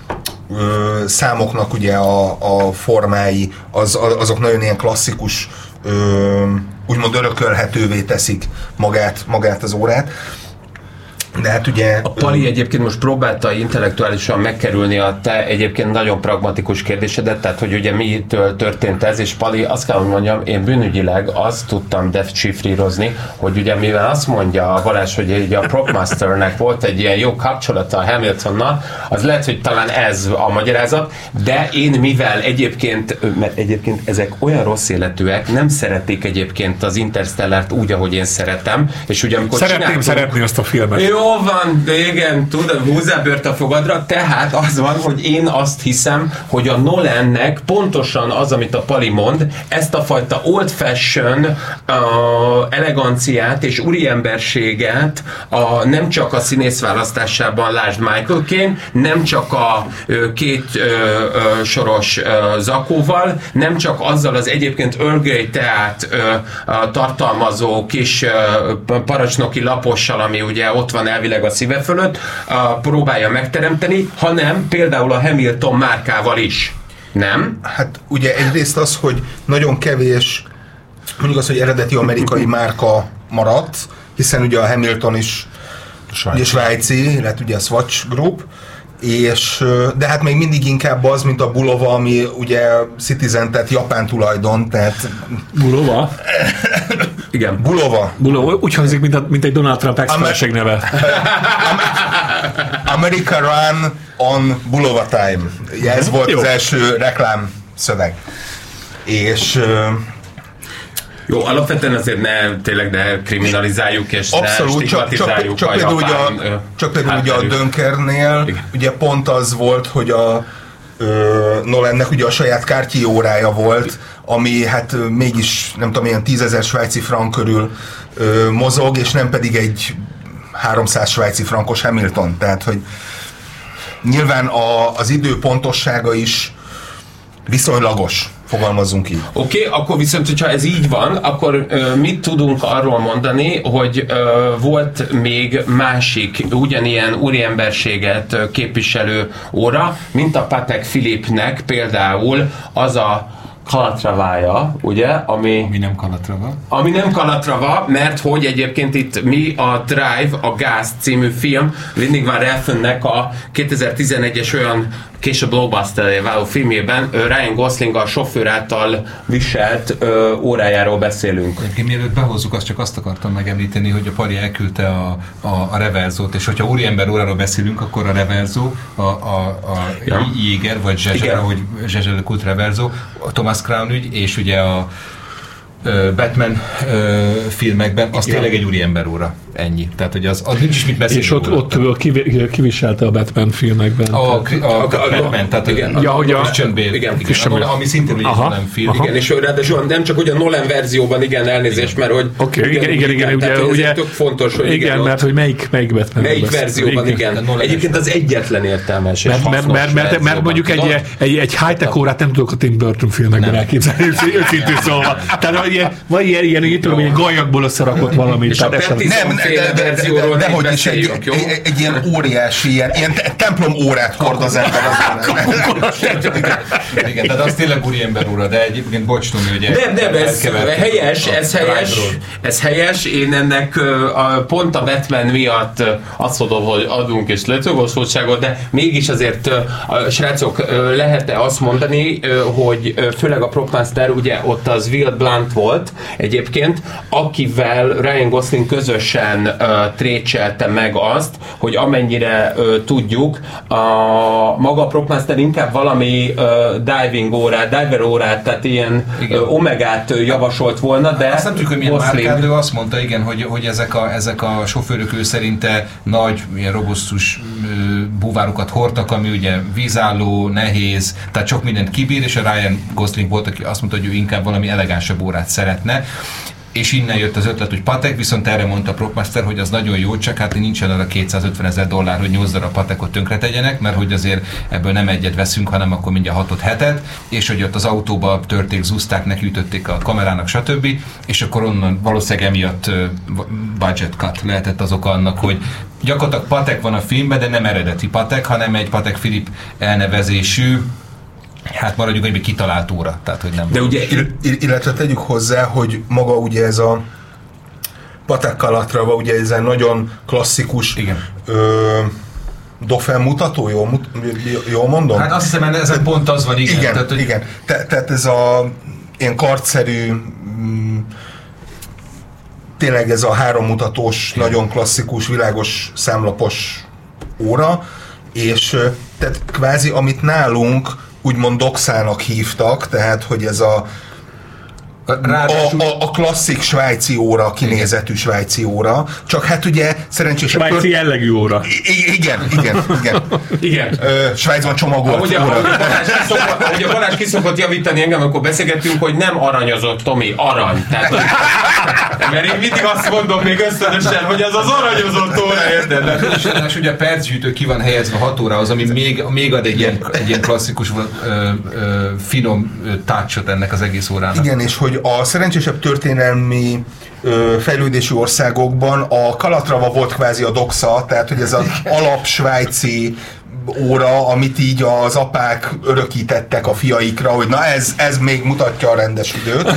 számoknak ugye a formái, azok nagyon ilyen klasszikus, úgymond örökölhetővé teszik magát az órát. De hát ugye... A Pali egyébként most próbálta intellektuálisan megkerülni a te egyébként nagyon pragmatikus kérdésedet, tehát hogy ugye mitől történt ez, és Pali, azt kell, hogy mondjam, én bűnügyileg azt tudtam dechiffrírozni, hogy ugye mivel azt mondja a Balázs, hogy ugye a Propmasternek volt egy ilyen jó kapcsolata a Hamiltonnal, az lehet, hogy talán ez a magyarázat, de én mivel mert egyébként ezek olyan rossz életűek, nem szerették egyébként az Interstellárt úgy, ahogy én szeretem, és ugye amikor szeretni azt a filmet. Jó van, de igen, tudod, húzzál bőrt a fogadra, tehát az van, hogy én azt hiszem, hogy a Nolannek pontosan az, amit a Pali mond, ezt a fajta old fashion eleganciát és úriemberséget nem csak a színészválasztásában, lásd Michael Caine, nem csak a két soros zakóval, nem csak azzal az egyébként Earl Grey teát tartalmazó kis parancsnoki lapossal, ami ugye ott van elvileg a szíve fölött, próbálja megteremteni, hanem például a Hamilton márkával is. Nem? Hát ugye egyrészt az, hogy nagyon kevés, mondjuk az, hogy eredeti amerikai márka maradt, hiszen ugye a Hamilton is svájci, illetve ugye a Swatch Group, de hát még mindig inkább az, mint a Bulova, ami ugye Citizen, tehát japán tulajdon, tehát... Bulova? Igen. Bulova. Úgy hangzik, mint egy Donald Trump ex-feleség neve. America Run on Bulova Time. Ez volt jó. Az első reklám szöveg. És... Jó, alapvetően azért tényleg ne kriminalizáljuk és abszolút, ne stigmatizáljuk csak például ugye a Dunkernél ugye pont az volt, hogy a Nolannek ugye a saját kártyi órája volt, ami hát mégis nem tudom, ilyen 10 000 svájci frank körül mozog, és nem pedig egy 300 svájci frankos Hamilton. Tehát, hogy nyilván az idő pontossága is viszonylagos, fogalmazzunk így. Oké, akkor viszont, hogyha ez így van, akkor mit tudunk arról mondani, hogy volt még másik ugyanilyen úriemberséget képviselő óra, mint a Patek Philippe-nek például az a Calatrava-ja, ugye, ami nem Calatrava. Ami nem Calatrava, mert hogy egyébként itt mi a Drive, a Gáz című film, Winning Van Refnnek a 2011-es olyan később blockbusteré váló filmjében Ryan Gosling a sofőr által viselt órájáról beszélünk. Egyébként mielőtt behozzuk, azt csak azt akartam megemlíteni, hogy a Pali elküldte a Reverzót, és hogyha úriember óráról beszélünk, akkor a Reverzó, a Jéger, vagy Zsezsel, ahogy Zsezsel Kult Reverzó, a Thomas Crown ügy, és ugye a Batman filmekben, az tényleg egy úriember óra. Ennyi. Tehát, hogy az nincs is mit beszélni. És ott kiviselte a Batman filmekben. A Batman, tehát a Christian Bale, ami szintén ugye Nolan film. Igen, és ráadásul nem csak hogy a Nolan verzióban, igen, elnézést, mert hogy igen, ugye tök fontos, hogy igen, mert hogy melyik Batman. Melyik verzióban, igen. Egyébként az egyetlen értelmes és hasznos mert mondjuk egy high-tech órát nem tudok a Tim Burton filmekben elképzelni, őszintén szólva. Tehát van ilyen egy gallyakból összerakott valami. És a Pettison-féle verzióról nem beszéljünk, jó? Egy ilyen óriási, ilyen templom órát hord az ember. Igen, tehát az tényleg úriember óra, de egyébként bocs, Tomi, ugye... Nem, ez helyes. Én ennek pont a Batman miatt azt mondom, hogy adunk és létjogosultságot, de mégis azért, srácok, lehet-e azt mondani, hogy főleg a Propmaster, ugye ott az Will Blunt volt egyébként, akivel Ryan Gosling közösen trécselte meg azt, hogy amennyire tudjuk, maga a Propmaster inkább valami diver órát, tehát ilyen omegát javasolt volna, de azt nem tudjuk, hogy milyen márkád, ő azt mondta, igen, hogy ezek a sofőrök ő szerinte nagy, ilyen robusztus búvárokat hordtak, ami ugye vízálló, nehéz, tehát sok mindent kibír, és a Ryan Gosling volt, aki azt mondta, hogy ő inkább valami elegánsabb órát szeretne. És innen jött az ötlet, hogy Patek, viszont erre mondta a Propmaster, hogy az nagyon jó, csak hát nincsen arra $250,000, hogy 8 darab Patekot tönkre tegyenek, mert hogy azért ebből nem egyet veszünk, hanem akkor mindjárt 6-7, és hogy ott az autóba törték, zúzták, nekiütötték a kamerának, stb. És akkor onnan valószínűleg emiatt budget cut lehetett az oka annak, hogy gyakorlatilag Patek van a filmben, de nem eredeti Patek, hanem egy Patek Philippe elnevezésű, hát maradjunk egy kitalált óra, tehát hogy nem. De ugye, illetve tegyük hozzá, hogy maga ugye ez a Patek Calatrava, ugye ez egy nagyon klasszikus Dauphin mutató, jól mondom? Hát azt hiszem, ezen pont az van, igen. Igen, tehát, igen. Tehát ez a ilyen kartszerű, tényleg ez a hárommutatós, nagyon klasszikus, világos számlapos óra, és tehát kvázi, amit úgymond doxának hívtak, tehát, hogy ez a klasszik svájci óra, kinézetű svájci óra, csak hát ugye szerencsés... Svájci jellegű óra. Igen. Svájcban csomagolt óra. Ahogy a Balázs kiszokott javítani engem, akkor beszélgettünk, hogy nem aranyozott, Tomi, arany. Tehát, mert én mindig azt mondom még ösztönösen, hogy az aranyozott óra, érted? És ugye a percgyűjtő ki van helyezve 6 órához, ami még ad egy ilyen klasszikus finom touchot ennek az egész órának. Igen, és hogy a szerencsésebb történelmi fejlődési országokban a Calatrava volt kvázi a doxa, tehát hogy ez az alap svájci óra, amit így az apák örökítettek a fiaikra, hogy na ez még mutatja a rendes időt.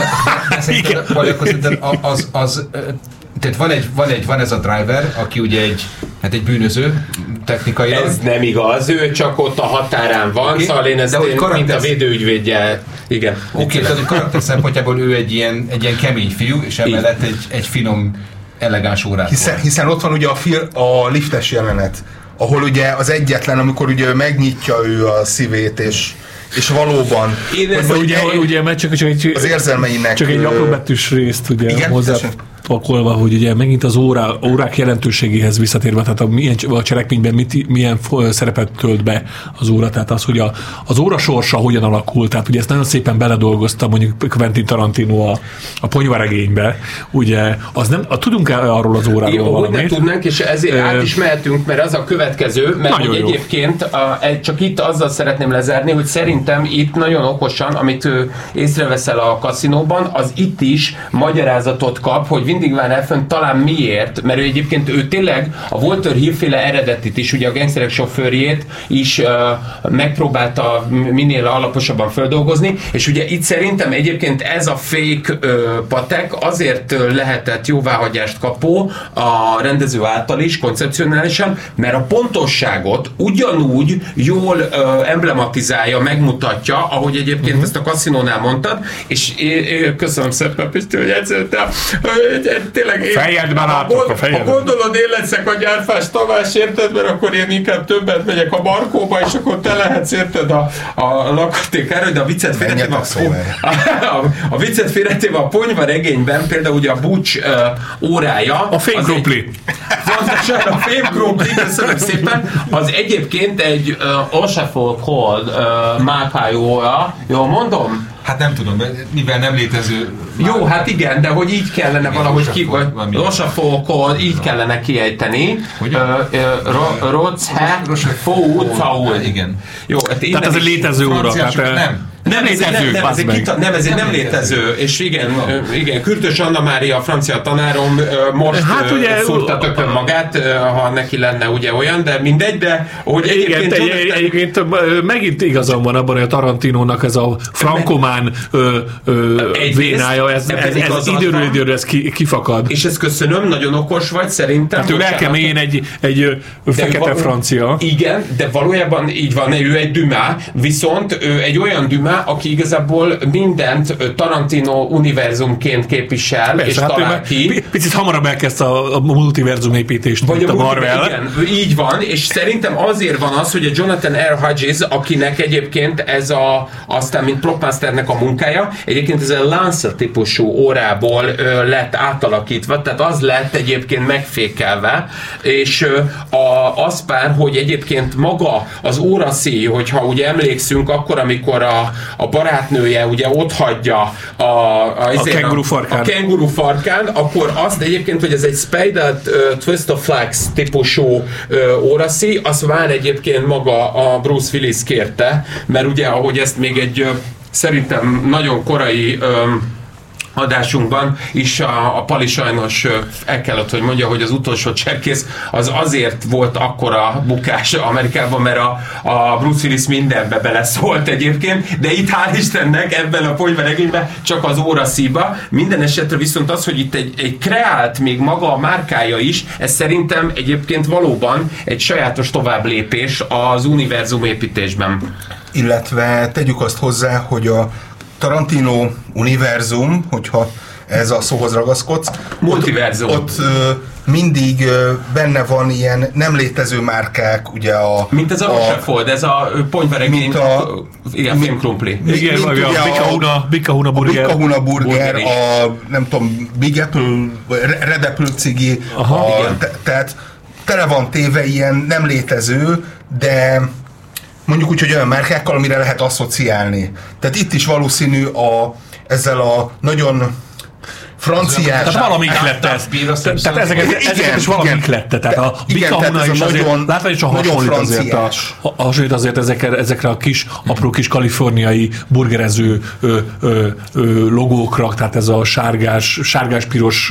Tehát van ez a driver, aki ugye egy bűnöző technikailag. Ez nem igaz, ő csak ott a határán van, szóval én ezt mint a védőügyvédje. Igen. Oké, tehát a karakter szempontjából ő egy ilyen kemény fiú, és emellett egy finom, elegáns órát. Hiszen ott van ugye a liftes jelenet, ahol ugye az egyetlen, amikor ugye megnyitja ő a szívét, és valóban ugye mert csak az érzelmeinek csak egy apró betűs részt ugye hozzá pakolva, hogy ugye megint az órák jelentőségéhez visszatérve, tehát a cselekményben milyen szerepet tölt be az óra, tehát az, hogy az óra sorsa hogyan alakul, tehát ugye ezt nagyon szépen beledolgozta mondjuk Quentin Tarantino a Ponyvaregénybe, ugye, az nem, tudunk arról az óráról valamit? Nem tudnánk, és ezért át is mehetünk, mert az a következő, mert hogy egyébként csak itt azzal szeretném lezárni, hogy szerintem itt nagyon okosan, amit észreveszel a kaszinóban, az itt is magyarázatot kap, hogy mindig van elfönt, talán miért, mert ő tényleg a Walter Hill-féle eredetit is, ugye a gangsterek sofőrjét is megpróbálta minél alaposabban feldolgozni, és ugye itt szerintem egyébként ez a fake Patek azért lehetett jóváhagyást kapó a rendező által is, koncepcionálisan, mert a pontosságot ugyanúgy jól emblematizálja, megmutatja, ahogy egyébként ezt a kaszinónál mondtad, és köszönöm szépen, Pisti, hogy tényleg fejedben látok a fejedben. Ha gondolod, én leszek a Gyárfás Tamás, érted, mert akkor én inkább többet megyek a Markóba, és akkor te lehetsz, érted, a lakatékára, de a viccet félretéve a Ponyva regényben például ugye a Butch órája. A fémkrumpli. Pontosan a fémkrumpli, köszönöm szépen, az egyébként egy Oshafol Cold márkájú óra, jól mondom? Hát nem tudom, mivel nem létező... Jó, hát igen, de hogy így kellene valahogy Rochefort, így kellene kiejteni. Rochefort. Igen. Jó, tehát ez egy létező óra. Nem létező, nem létező, és igen, Kürtös Anna Mária, a francia tanárom most szúrta tökön magát, ha neki lenne ugye olyan, de mindegy, de hogy egyébként megint igazam van abban, hogy a Tarantinónak ez a frankomán vénája, ez időről időre ez kifakad. És ezt köszönöm, nagyon okos vagy, szerintem. Hát ő lelkemén egy fekete francia. Igen, de valójában így van, ő egy Dumas, viszont ő egy olyan Dumas, aki igazából mindent Tarantino univerzumként képvisel, és talál ki. Picit hamarabb elkezdte a multiverzum építést, mint a Marvel. Igen, így van, és szerintem azért van az, hogy a Jonathan R. Hodges, akinek egyébként ez aztán mint propmasternek a munkája, egyébként ez a Lancet típusú órából lett átalakítva, tehát az lett egyébként megfékelve, és az pár, hogy egyébként maga az óraszíj, hogyha ugye emlékszünk, akkor, amikor a barátnője ugye ott hagyja a kenguru farkán, akkor azt egyébként, hogy ez egy Spaded Twist of Flax típusú óraszíj, azt már egyébként maga a Bruce Willis kérte, mert ugye, ahogy ezt még egy szerintem nagyon korai adásunkban is a Pali sajnos el kellett, hogy mondja, hogy az utolsó cserkész az azért volt akkora bukás Amerikában, mert a Bruce Willis mindenbe beleszólt egyébként, de itt hál' Istennek ebben a Ponyva regényben csak az óraszíjba. Minden esetre viszont az, hogy itt egy kreált még maga a márkája is, ez szerintem egyébként valóban egy sajátos továbblépés az univerzum építésben. Illetve tegyük azt hozzá, hogy a Tarantino univerzum, hogyha ez a szóhoz ragaszkodsz, multiverzum. Ott mindig benne van ilyen nem létező márkák, ugye mint ez a Rochefort, ez a ponyvaregény, igen, fémkrumpli. Igen, a Bikahuna burger. A Bikahuna burger, a nem tudom, Big Apple, Red Apple cigi, tehát tele van téve ilyen nem létező, de mondjuk úgy, hogy olyan márkákkal, amire lehet asszociálni. Tehát itt is valószínű ezzel a nagyon franciás... Tehát valamik lett ez. Tehát ezeket is valamik lett. Tehát a Bikahuna is azért, látva is hasonlít azért ezekre a apró kis kaliforniai burgerező logókra, tehát ez a sárgás-piros,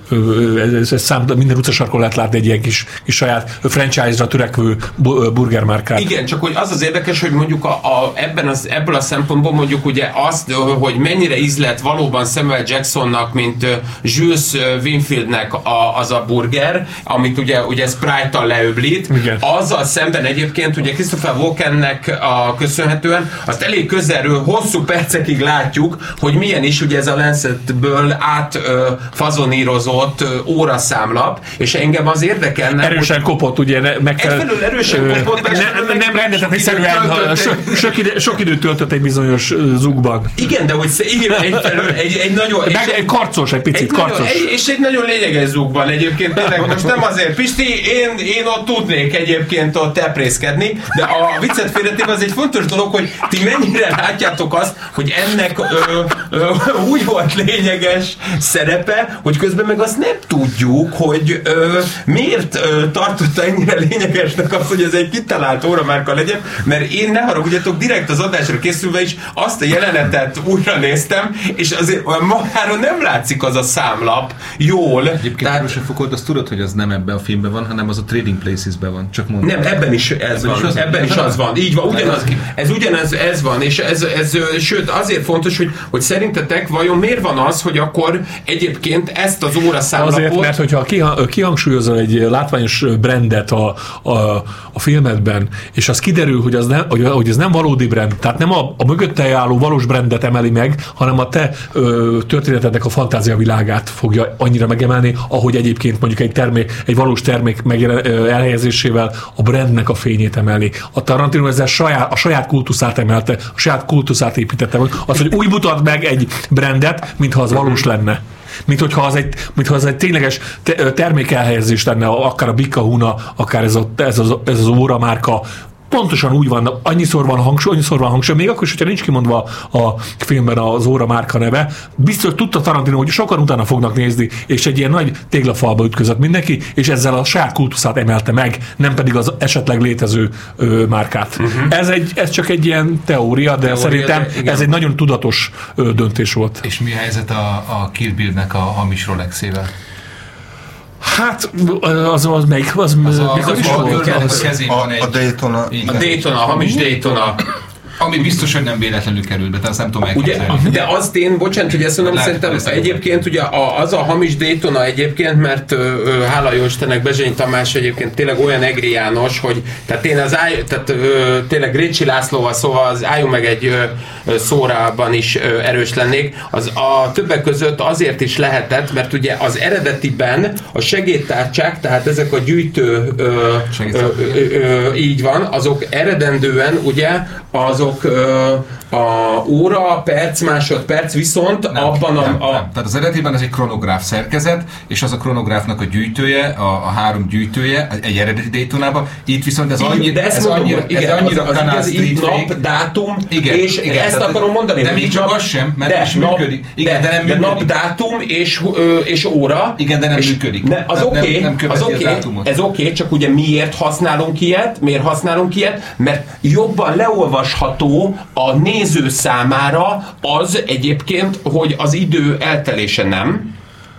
minden utcasarkon lehet látni egy ilyen kis saját franchise-ra törekvő burgermárkát. Igen, csak hogy az érdekes, hogy mondjuk ebből a szempontból mondjuk ugye azt, hogy mennyire ízlett valóban Samuel Jacksonnak, mint Jules Winfieldnek az a burger, amit ugye Sprite-tal leöblít. Igen. Azzal szemben egyébként ugye Christopher Walkennek köszönhetően azt elég közelről hosszú percekig látjuk, hogy milyen is ugye ez a Lancetből átfazonírozott óraszámlap, és engem az érdekelne, erősen kopott, ugye egyfelől erősen kopott, nem rendezetlenszerűen sok időt töltött egy bizonyos zugban. Igen, de hogy egyfelől egy nagyon... karcos, egy picit karcos. És egy nagyon lényeges zugban egyébként, tényleg most nem azért, Pisti, én ott tudnék egyébként ott elprészkedni, de a viccet félretéve az egy fontos dolog, hogy ti mennyire látjátok azt, hogy ennek úgy volt lényeges szerepe, hogy közben meg azt nem tudjuk, hogy miért tartotta ennyire lényegesnek azt, hogy ez egy kitalált óramárka legyen, mert én, ne haragudjatok, direkt az adásra készülve is azt a jelenetet újra néztem, és azért magáról nem látszik az a számlap jól. Egyébként Rochefort, azt tudod, hogy az nem ebben a filmben van, hanem az a Trading Places-ben van. Csak mondom. Nem, ebben is ez van. Ebben is az van. Így van, ugyanez van, és ez sőt azért fontos, hogy szerintetek vajon miért van az, hogy akkor egyébként ezt az óraszámlapot... Azért, mert hogyha kihangsúlyozol egy látványos brandet a filmedben, és az kiderül, hogy ez nem valódi brand, tehát nem a mögötte álló valós brandet emeli meg, hanem a te történetednek a fantázia világát fogja annyira megemelni, ahogy egyébként mondjuk egy valós termék elhelyezésével a brandnek a fényét emeli. A Tarantino ezzel a saját kultuszát emelte, a saját kultuszát építette. Az, hogy úgy mutat meg egy brandet, mintha az valós lenne. Mintha az egy tényleges termékelhelyezés lenne, akár a Bicahuna, akár ez az óra márka, pontosan úgy van, annyiszor van hangsúly, még akkor is, hogyha nincs kimondva a filmben az óra márka neve, biztos tudta Tarantino, hogy sokan utána fognak nézni, és egy ilyen nagy téglafalba ütközött mindenki, és ezzel a saját kultuszát emelte meg, nem pedig az esetleg létező márkát. Ez csak egy ilyen teória, de szerintem ez egy nagyon tudatos döntés volt. És mi a helyzet a Kill Bill-nek a hamis Rolexével? Hát, az melyik? Az a Daytona. A Daytona, a hamis Daytona. Ami biztos, hogy nem véletlenül került be, tehát azt nem tudom elképzelni. De azt én, bocsánat, hogy ezt mondom, szerintem egyébként ugye az a hamis Daytona egyébként, mert hála jó Istennek Bezsény Tamás egyébként tényleg olyan Egri János, hogy tehát én tényleg Grécsi Lászlóval szóval az álljunk meg egy szórában is erős lennék, az a többek között azért is lehetett, mert ugye az eredetiben a segédtárcsák, tehát ezek a gyűjtő így van, azok eredendően ugye azok a óra, perc, másodperc, viszont nem, abban nem. Tehát az eredetiben ez egy kronográf szerkezet, és az a kronográfnak a gyűjtője, a 3 gyűjtője, egy eredeti Daytonában. Itt viszont ez annyira Canal Street nap, dátum, igen, és igen, ezt akarom mondani. De még csak az sem, mert is működik. Igen, de nem működik. Nap, dátum és óra. Igen, de nem működik. Az oké, ez oké, csak ugye miért használunk ilyet? Mert jobban leolvasható a néző számára az egyébként, hogy az idő eltelése nem.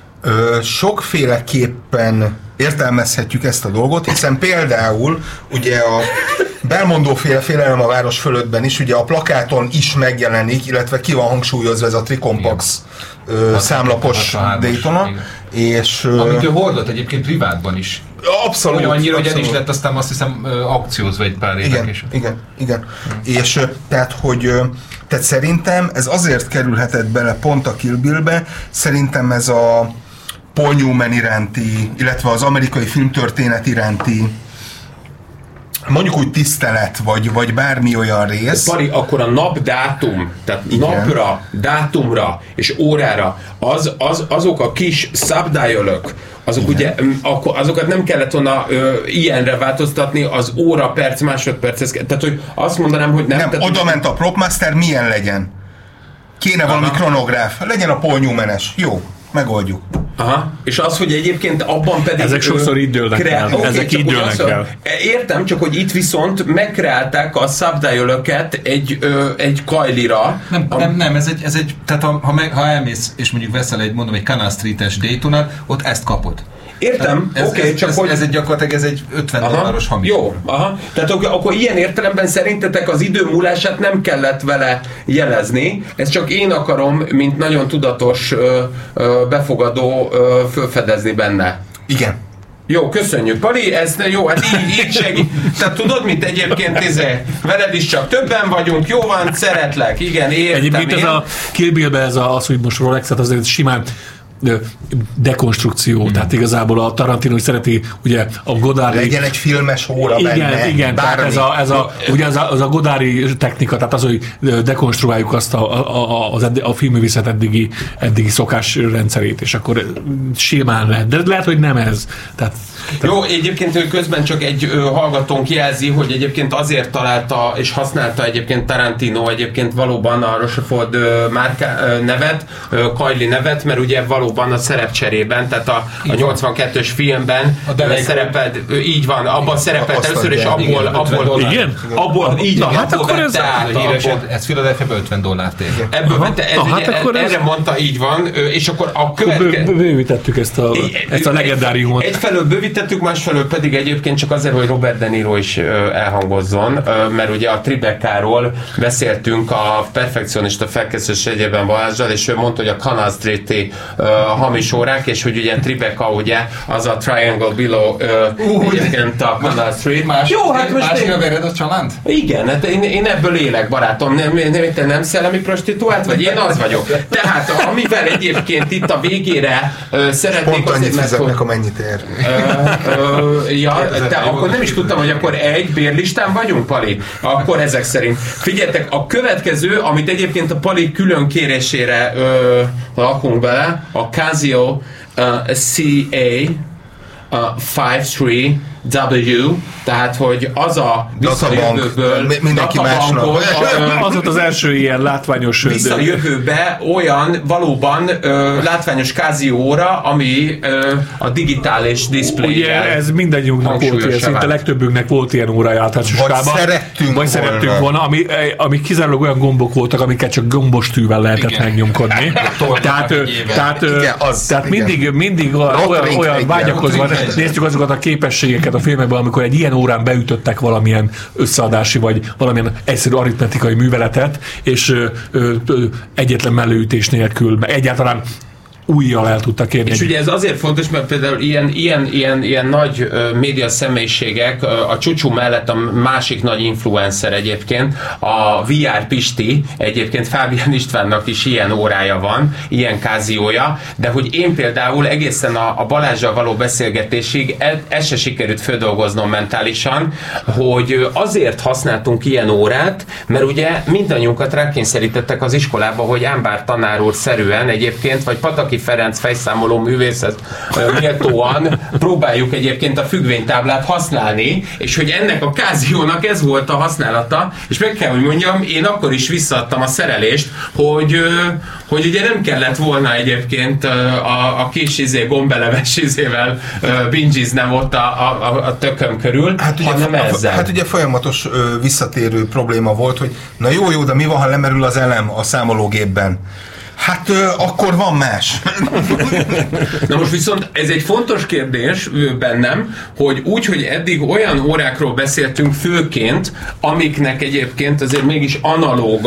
Sokféleképpen értelmezhetjük ezt a dolgot, hiszen például ugye a Belmondo-féle Félelem a város fölöttben is, ugye a plakáton is megjelenik, illetve ki van hangsúlyozva ez a Tricompax számlapos Daytona. És, amit ő hordott egyébként privátban is. Abszolút. Annyira, hogy el is lett aztán azt hiszem aukciózva egy pár évek is. Igen. És tehát szerintem ez azért kerülhetett bele pont a Kill Bill-be, szerintem ez a Paul Newman iránti, illetve az amerikai filmtörténet iránti mondjuk úgy tisztelet, vagy bármi olyan rész. Pari, akkor a napdátum, tehát igen. Napra, dátumra és órára, azok a kis subdialok, azok igen. Ugye, azokat nem kellett volna ilyenre változtatni, az óra, perc, másodperc, tehát hogy azt mondanám, hogy nem. Nem, oda ment a propmaster, milyen legyen? Kéne valami kronográf, legyen a Paul Newman-es. Jó, megoldjuk. Aha, és az, hogy egyébként abban pedig... Ezek sokszor így dőlnek el. Ezek így dőlnek el. Értem, csak hogy itt viszont megkreálták a subdial-öket egy Kylira. Nem, ez egy tehát ha elmész és mondjuk veszel egy Canal Street-es Daytonát, ott ezt kapod. Értem, oké, csak hogy... Ez egy gyakorlatilag egy $50 hamis. Jó, tehát akkor ilyen értelemben szerintetek az idő múlását nem kellett vele jelezni, ezt csak én akarom, mint nagyon tudatos befogadó felfedezni benne. Igen. Jó, köszönjük. Pali, ez jó, hát így segít. Tehát tudod, mint egyébként veled is csak többen vagyunk, jó van, szeretlek, igen, értem. Egyébként ez a Kill Bill-ben az, hogy most Rolex-et azért simán dekonstrukció, tehát igazából a Tarantino is szereti, ugye a Godardi... Legyen egy filmes óra benne. Igen, tehát ez a Godardi technika, tehát az, hogy dekonstruáljuk azt a filmművészet eddigi szokásrendszerét, és akkor simán lehet. De lehet, hogy nem ez. Jó, egyébként közben csak egy hallgatónk jelzi, hogy egyébként azért találta és használta egyébként Tarantino egyébként valóban a Rochefort nevet, Kylie nevet, mert ugye valóban a szerepcserében, tehát a 82-ös filmben szerepelt, így van, abban szerepelt először, és abból igen? Abból, így van, hát akkor ez ez Philadelphiában $50 ér. Ebből vette, erre mondta, így van, és akkor a következő... Bővítettük ezt a legendáriumot. Egyfelől bővítettük, említettük, másfelől pedig egyébként csak azért, hogy Robert De Niro is elhangozzon, mert ugye a Tribeca-ról beszéltünk a perfekcionista felkészülés egyében Balázsral, és ő mondta, hogy a Canal Street-i hamis órák, és hogy ugye Tribeca ugye az a Triangle Below egyébként a Canal Street. Másra vered a csalánt? Igen, hát én ebből élek, barátom. Nem szellemi prostituált, vagy én az vagyok. Tehát amivel egyébként itt a végére szeretnék... Pont annyit fizetnek, amennyit ér. Akkor nem is tudtam, hogy akkor egy bérlistán vagyunk, Pali. Akkor ezek szerint. Figyeljetek, a következő, amit egyébként a Pali külön kérésére lakunk bele, a Casio CA 53W, tehát hogy az a visszajövőből mindenki másnak. Az volt az első ilyen látványos visszajövőbe olyan valóban látványos Casio óra, ami a digitális diszpléjjel. Ugye ez mindannyiunknak volt ilyen, szinte legtöbbünknek volt ilyen órája általános iskolában. Vagy szerettünk volna, ami kizárólag olyan gombok voltak, amiket csak gombostűvel lehetett megnyomkodni. Tehát mindig olyan vágyakozva néztük azokat a képességeket a filmekben, amikor egy ilyen órán beütöttek valamilyen összeadási, vagy valamilyen egyszerű aritmetikai műveletet, és egyetlen mellőütés nélkül, egyáltalán újjal el tudtak érni. És ugye ez azért fontos, mert például ilyen nagy média személyiségek, a Csúcsú mellett a másik nagy influencer egyébként, a VR Pisti, egyébként Fábián Istvánnak is ilyen órája van, ilyen Casio-ja, de hogy én például egészen a Balázsral való beszélgetésig ezt se sikerült földolgoznom mentálisan, hogy azért használtunk ilyen órát, mert ugye mindannyiunkat rákényszerítettek az iskolába, hogy Ámbár tanár úr szerűen egyébként, vagy Pataki Ferenc fejszámoló művészet méltóan próbáljuk egyébként a függvénytáblát használni, és hogy ennek a Casio-nak ez volt a használata, és meg kell, hogy mondjam, én akkor is visszaadtam a szerelést, hogy ugye nem kellett volna egyébként a kis gombeleves bingiznem ott a tököm körül, hanem ezzel. Hát ugye folyamatos visszatérő probléma volt, hogy na jó, de mi van, ha lemerül az elem a számológépben? Hát akkor van más. Na most viszont ez egy fontos kérdés bennem, hogy úgy, hogy eddig olyan órákról beszéltünk főként, amiknek egyébként azért mégis analóg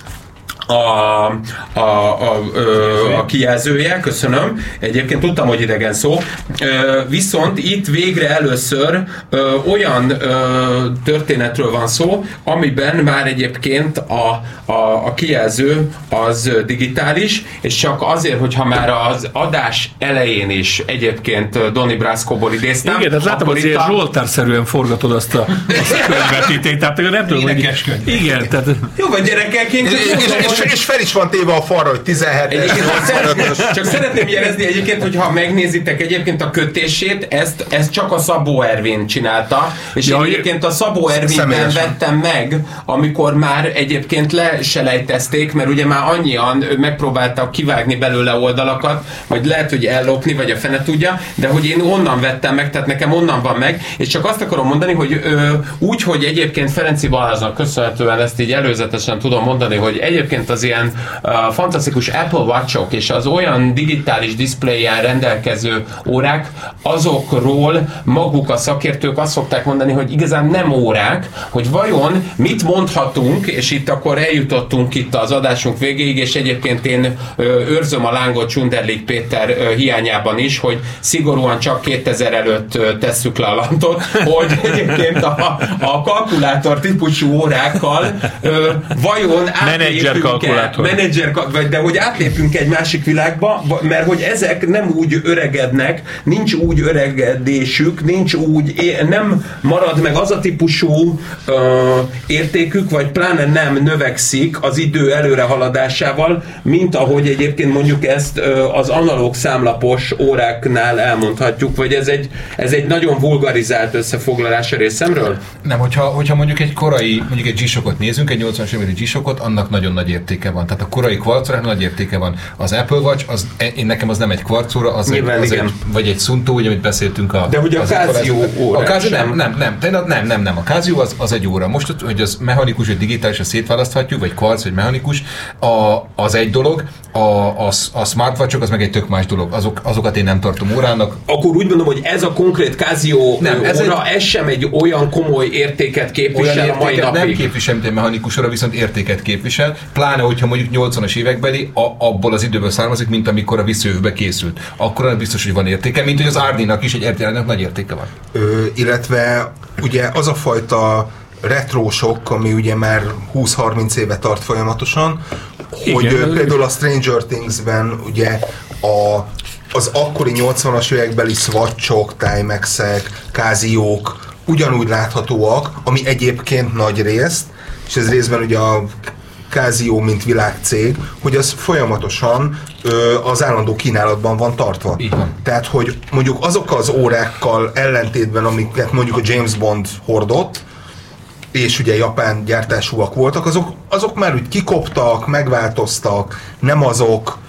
a kijelzője, köszönöm. Egyébként tudtam, hogy idegen szó. Viszont itt végre először olyan történetről van szó, amiben már egyébként a kijelző az digitális, és csak azért, hogyha már az adás elején is egyébként Donny Brasco-ból idéztem. Igen, tehát látom, hogy ilyen Zsoltár-szerűen forgatod azt a közvetítést, tehát nem tudom, hogy... Igen, tehát... Jó van, gyerekek, és fel is van téve a falra, hogy 17-es. Csak szeretném jelezni egyébként, hogy ha megnézitek egyébként a kötését, ezt csak a Szabó Ervin csinálta, és én egyébként a Szabó Ervinben vettem meg, amikor már egyébként leselejtezték, mert ugye már annyian megpróbáltak kivágni belőle oldalakat, vagy lehet, hogy ellopni, vagy a fene tudja, de hogy én onnan vettem meg, tehát nekem onnan van meg, és csak azt akarom mondani, hogy úgy, hogy egyébként Ferenci Balázsnak köszönhetően ezt így előzetesen tudom mondani, hogy egyébként az ilyen fantasztikus Apple Watch-ok és az olyan digitális diszpléjjel rendelkező órák, azokról maguk a szakértők azt szokták mondani, hogy igazán nem órák, hogy vajon mit mondhatunk, és itt akkor eljutottunk itt az adásunk végéig, és egyébként én őrzöm a lángot Csunderlik Péter hiányában is, hogy szigorúan csak 2000 előtt tesszük le a lantot, hogy egyébként a kalkulátor típusú órákkal vajon de hogy átlépünk egy másik világba, mert hogy ezek nem úgy öregednek, nincs úgy öregedésük, nem marad meg az a típusú értékük, vagy pláne nem növekszik az idő előrehaladásával, mint ahogy egyébként mondjuk ezt az analóg számlapos óráknál elmondhatjuk, vagy ez egy nagyon vulgarizált összefoglalás a részemről? Nem, hogyha mondjuk egy korai, mondjuk egy G-Shockot nézünk, egy 80-as évekbeli G-Shockot, annak nagyon nagy értéke van. Tehát a korai kvarcórának nagy értéke van. Az Apple Watch, nekem az nem egy kvarcóra, az vagy egy Suunto, ugye, amit beszéltünk de ugye a Casio óra. A Casio nem. A Casio az egy óra. Most, hogy az mechanikus vagy digitális, azt szétválaszthatjuk, vagy kvarc, vagy mechanikus, az egy dolog. A smartwatchok az meg egy tök más dolog. Azokat én nem tartom órának. Akkor úgy mondom, hogy ez a konkrét Casio óra, ez sem egy olyan komoly értéket képvisel a mai napig. Nem képvisel, mint egy mechanikus óra, viszont értéket képvisel. Pláne, hogyha mondjuk 80-as évekbeli, abból az időből származik, mint amikor a visszajövőbe készült. Akkor biztos, hogy van értéke, mint hogy az Ardi-nak is egy RTL-nek nagy értéke van. Illetve ugye az a fajta retrósok, ami ugye már 20-30 éve tart folyamatosan, hogy például a Stranger Things-ben ugye az akkori 80-as évekbeli Swatchok, Timex-ek, Casio-k ugyanúgy láthatóak, ami egyébként nagy részt, és ez részben ugye a Casio, mint világcég, hogy az folyamatosan az állandó kínálatban van tartva. Igen. Tehát, hogy mondjuk azokkal az órákkal ellentétben, amiket mondjuk a James Bond hordott, és ugye japán gyártásúak voltak, azok már úgy kikoptak, megváltoztak, nem azok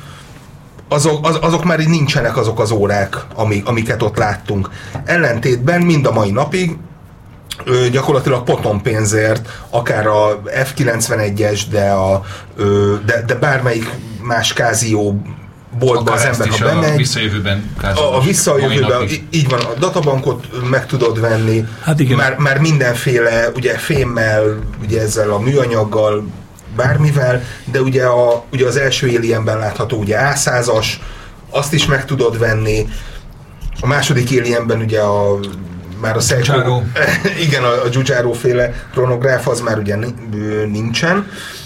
már így nincsenek azok az órák, amiket ott láttunk. Ellentétben mind a mai napig gyakorlatilag potonpénzért, akár a F91-es, de bármelyik más Casio boltban az ember, ha bemegy. A visszajövőben a visszajövőben, így van, a databankot meg tudod venni, hát már mindenféle, ugye fémmel, ugye ezzel a műanyaggal, bármivel, de ugye az első Alienben látható ugye A100-as, azt is meg tudod venni. A második Alienben ugye már a Seiko, igen, a Giugiaro féle kronográf az már ugye nincsen.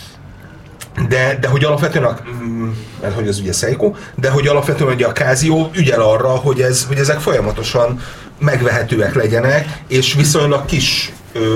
De hogy alapvetően mert hogy az ugye Seiko, de hogy alapvetően ugye a Casio ügyel arra, hogy ezek folyamatosan megvehetőek legyenek, és viszonylag kis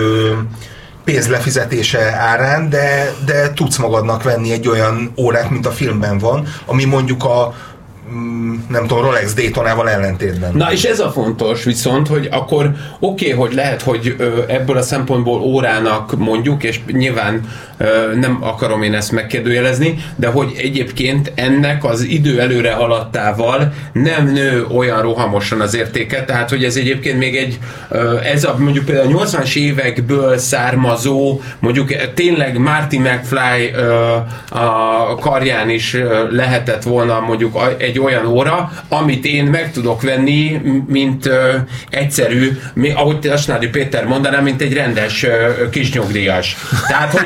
pénzlefizetése árán, de tudsz magadnak venni egy olyan órát, mint a filmben van, ami mondjuk a nem tudom, Rolex Daytonával ellentétben. Na és ez a fontos viszont, hogy akkor oké, hogy lehet, hogy ebből a szempontból órának mondjuk, és nyilván nem akarom én ezt megkérdőjelezni, de hogy egyébként ennek az idő előre haladtával nem nő olyan rohamosan az értéke, tehát hogy ez egyébként még egy, ez a mondjuk például a 80-as évekből származó, mondjuk tényleg Marty McFly a karján is lehetett volna mondjuk egy olyan óra, amit én meg tudok venni, mint egyszerű, ahogy Tasnádi Péter mondaná, mint egy rendes kisnyugdíjas. Tehát,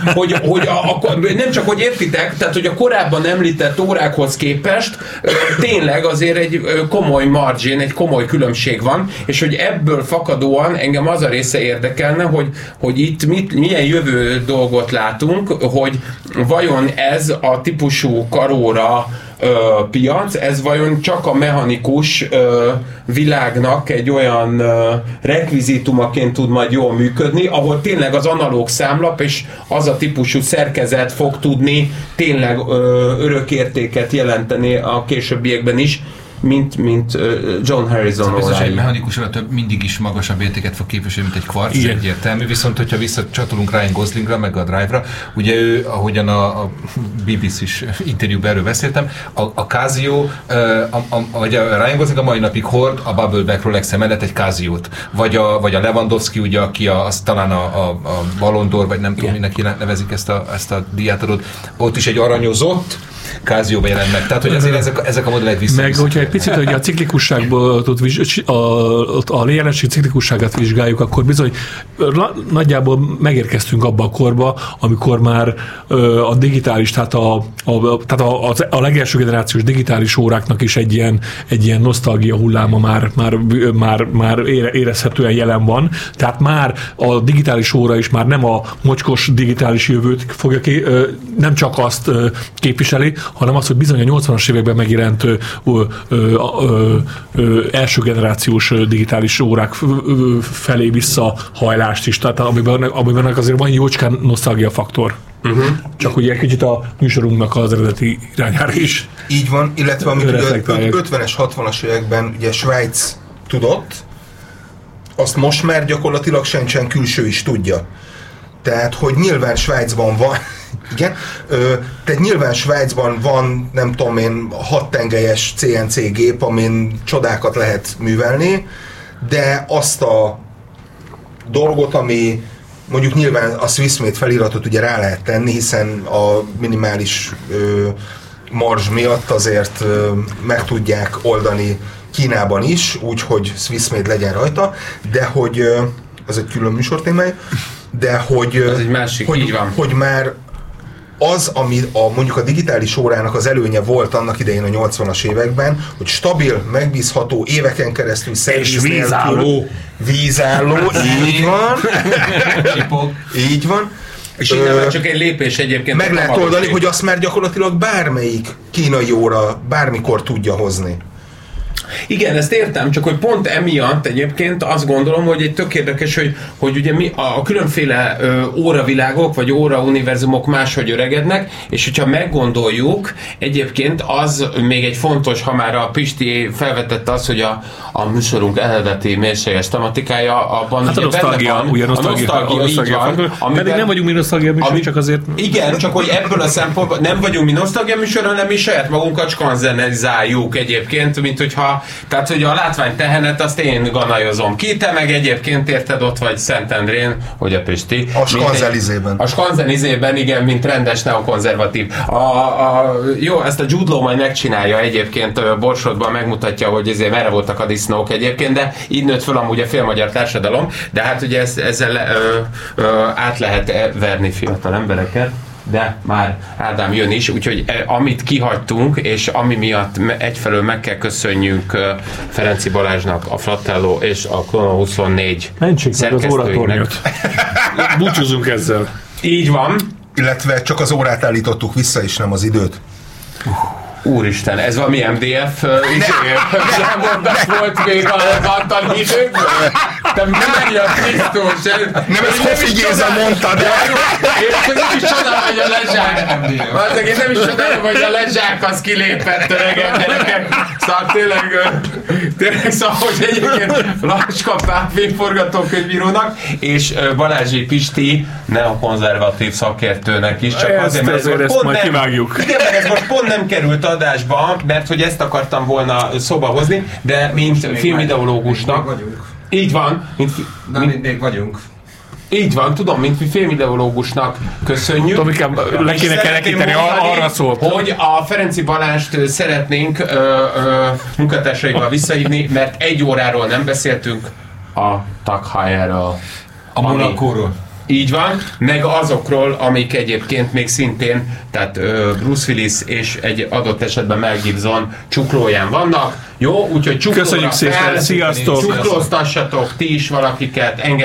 hogy nem csak, hogy értitek, tehát, hogy a korábban említett órákhoz képest tényleg azért egy komoly margin, egy komoly különbség van, és hogy ebből fakadóan engem az a része érdekelne, hogy itt milyen jövő dolgot látunk, hogy vajon ez a típusú karóra piac, ez vajon csak a mechanikus világnak egy olyan rekvizitumaként tud majd jól működni, ahol tényleg az analóg számlap és az a típusú szerkezet fog tudni tényleg örökértéket jelenteni a későbbiekben is, mint John Harrison órája. Biztos, egy mechanikus óra mindig is magasabb értéket fog képviselni, mint egy kvarc, egyértelmű, viszont hogyha visszacsatolunk Ryan Goslingra, meg a Drive-ra, ugye ő, ahogyan a BBC-s interjúban erről beszéltem, a Casio, vagy a Ryan Gosling a mai napig hord a Bubbleback Rolex mellett egy Casio-t, vagy a Lewandowski, ugye, aki talán a Ballon d'Or, vagy nem tudom, mindenki nevezik ezt a díjátadót, ott is egy aranyozott Casio-ba jelent meg. Tehát, hogy azért ezek a modellek vissza. Meg, hogyha egy picit hogy a ciklikusságból, a jelenlegi ciklikusságát vizsgáljuk, akkor bizony nagyjából megérkeztünk abba a korba, amikor már a digitális, tehát a legelső generációs digitális óráknak is egy ilyen nosztalgia hulláma már érezhetően jelen van. Tehát már a digitális óra is már nem a mocskos digitális jövőt fogja nem csak azt képviseli, hanem az, hogy bizony a 80-as években megjelent első generációs digitális órák felé visszahajlást is, tehát amiben azért van jócskán nosztalgia faktor. Csak ugye egy kicsit a műsorunknak az eredeti irányára is. Így van, illetve amit ugye 50-es, 60-as években ugye Svájc tudott, azt most már gyakorlatilag sen külső is tudja. Tehát, hogy nyilván Svájcban van, igen, tehát nyilván Svájcban van, nem tudom én, 6 tengelyes CNC gép, amin csodákat lehet művelni, de azt a dolgot, ami mondjuk nyilván a Swissmade feliratot ugye rá lehet tenni, hiszen a minimális marzs miatt azért meg tudják oldani Kínában is, úgyhogy Swiss made legyen rajta, de hogy ez egy külön műsortémája, de hogy, ez egy másik, így van. Hogy már az, ami mondjuk a digitális órának az előnye volt annak idején a 80-as években, hogy stabil, megbízható, éveken keresztül szerviz nélkül, vízálló, így van. Így van. És innen csak egy lépés egyébként. Meg lehet oldani, hogy azt már gyakorlatilag bármelyik kínai óra bármikor tudja hozni. Igen, ezt értem, csak hogy pont emiatt egyébként azt gondolom, hogy egy tök érdekes, hogy ugye mi a különféle óravilágok, vagy órauniverzumok máshogy öregednek, és hogyha meggondoljuk, egyébként az még egy fontos, ha már a Pisti felvetette az, hogy a műsorunk eredeti mélységes tematikája, abban hát ugye a nosztalgia, a nosztalgia így van. Pedig nem vagyunk mi nosztalgia műsor, csak azért... Igen, csak hogy ebből a szempontból nem vagyunk mi nosztalgia műsor, hanem mi saját magunkat skanzenizáljuk egyébként, mint hogyha tehát, hogy a látványtehenet azt én ganajozom ki, te meg egyébként érted, ott vagy Szentendrén, hogy a Pisti. A Skanzenizében. A Skanzenizében, igen, mint rendes neokonzervatív. Jó, ezt a Jude Law majd megcsinálja egyébként, Borsodban megmutatja, hogy ezért merre voltak a disznók egyébként, de így nőtt föl amúgy a félmagyar társadalom, de hát ugye ezzel át lehet verni fiatal embereket. De már Ádám jön is, úgyhogy amit kihagytunk, és ami miatt egyfelől meg kell köszönjünk Ferenci Balázsnak, a Fratello és a Klono 24 szerkesztőinek. Búcsúzunk ezzel. Így van. Illetve csak az órát állítottuk vissza, és nem az időt. Úristen, ez valami MDF volt még a Antali időkből? Te nem menj a Krisztus! Nem ez Hofi Géza mondta, de... Én nem is csodálom, hogy a lezsák... Én nem is csodálom, hogy a lezsák az kilépett öreg emberek. Szóval tényleg szóval, hogy egyébként Lacska Pál filmforgatókönyvírónak és Balázsi Pisti neokonzervatív szakértőnek is. Csak azért, mert ezt majd kivágjuk. Igen, mert ez most pont nem került adásba, mert hogy ezt akartam volna szóba hozni, de mint filmideológusnak... Így van. Még vagyunk. Így van, tudom, mint filmideológusnak köszönjük. Tomikám, le kéne kerekíteni, arra szólt. Hogy a Ferenci Balást szeretnénk munkatársaival visszahívni, mert 1 óráról nem beszéltünk, a Tag Heuerről. A Monakóról. Így van, meg azokról, amik egyébként még szintén, tehát Bruce Willis és egy adott esetben Mel Gibson csuklóján vannak. Jó, úgyhogy csuklóra köszönjük szépen, sziasztok! Csuklóztassatok ti is valakiket, engem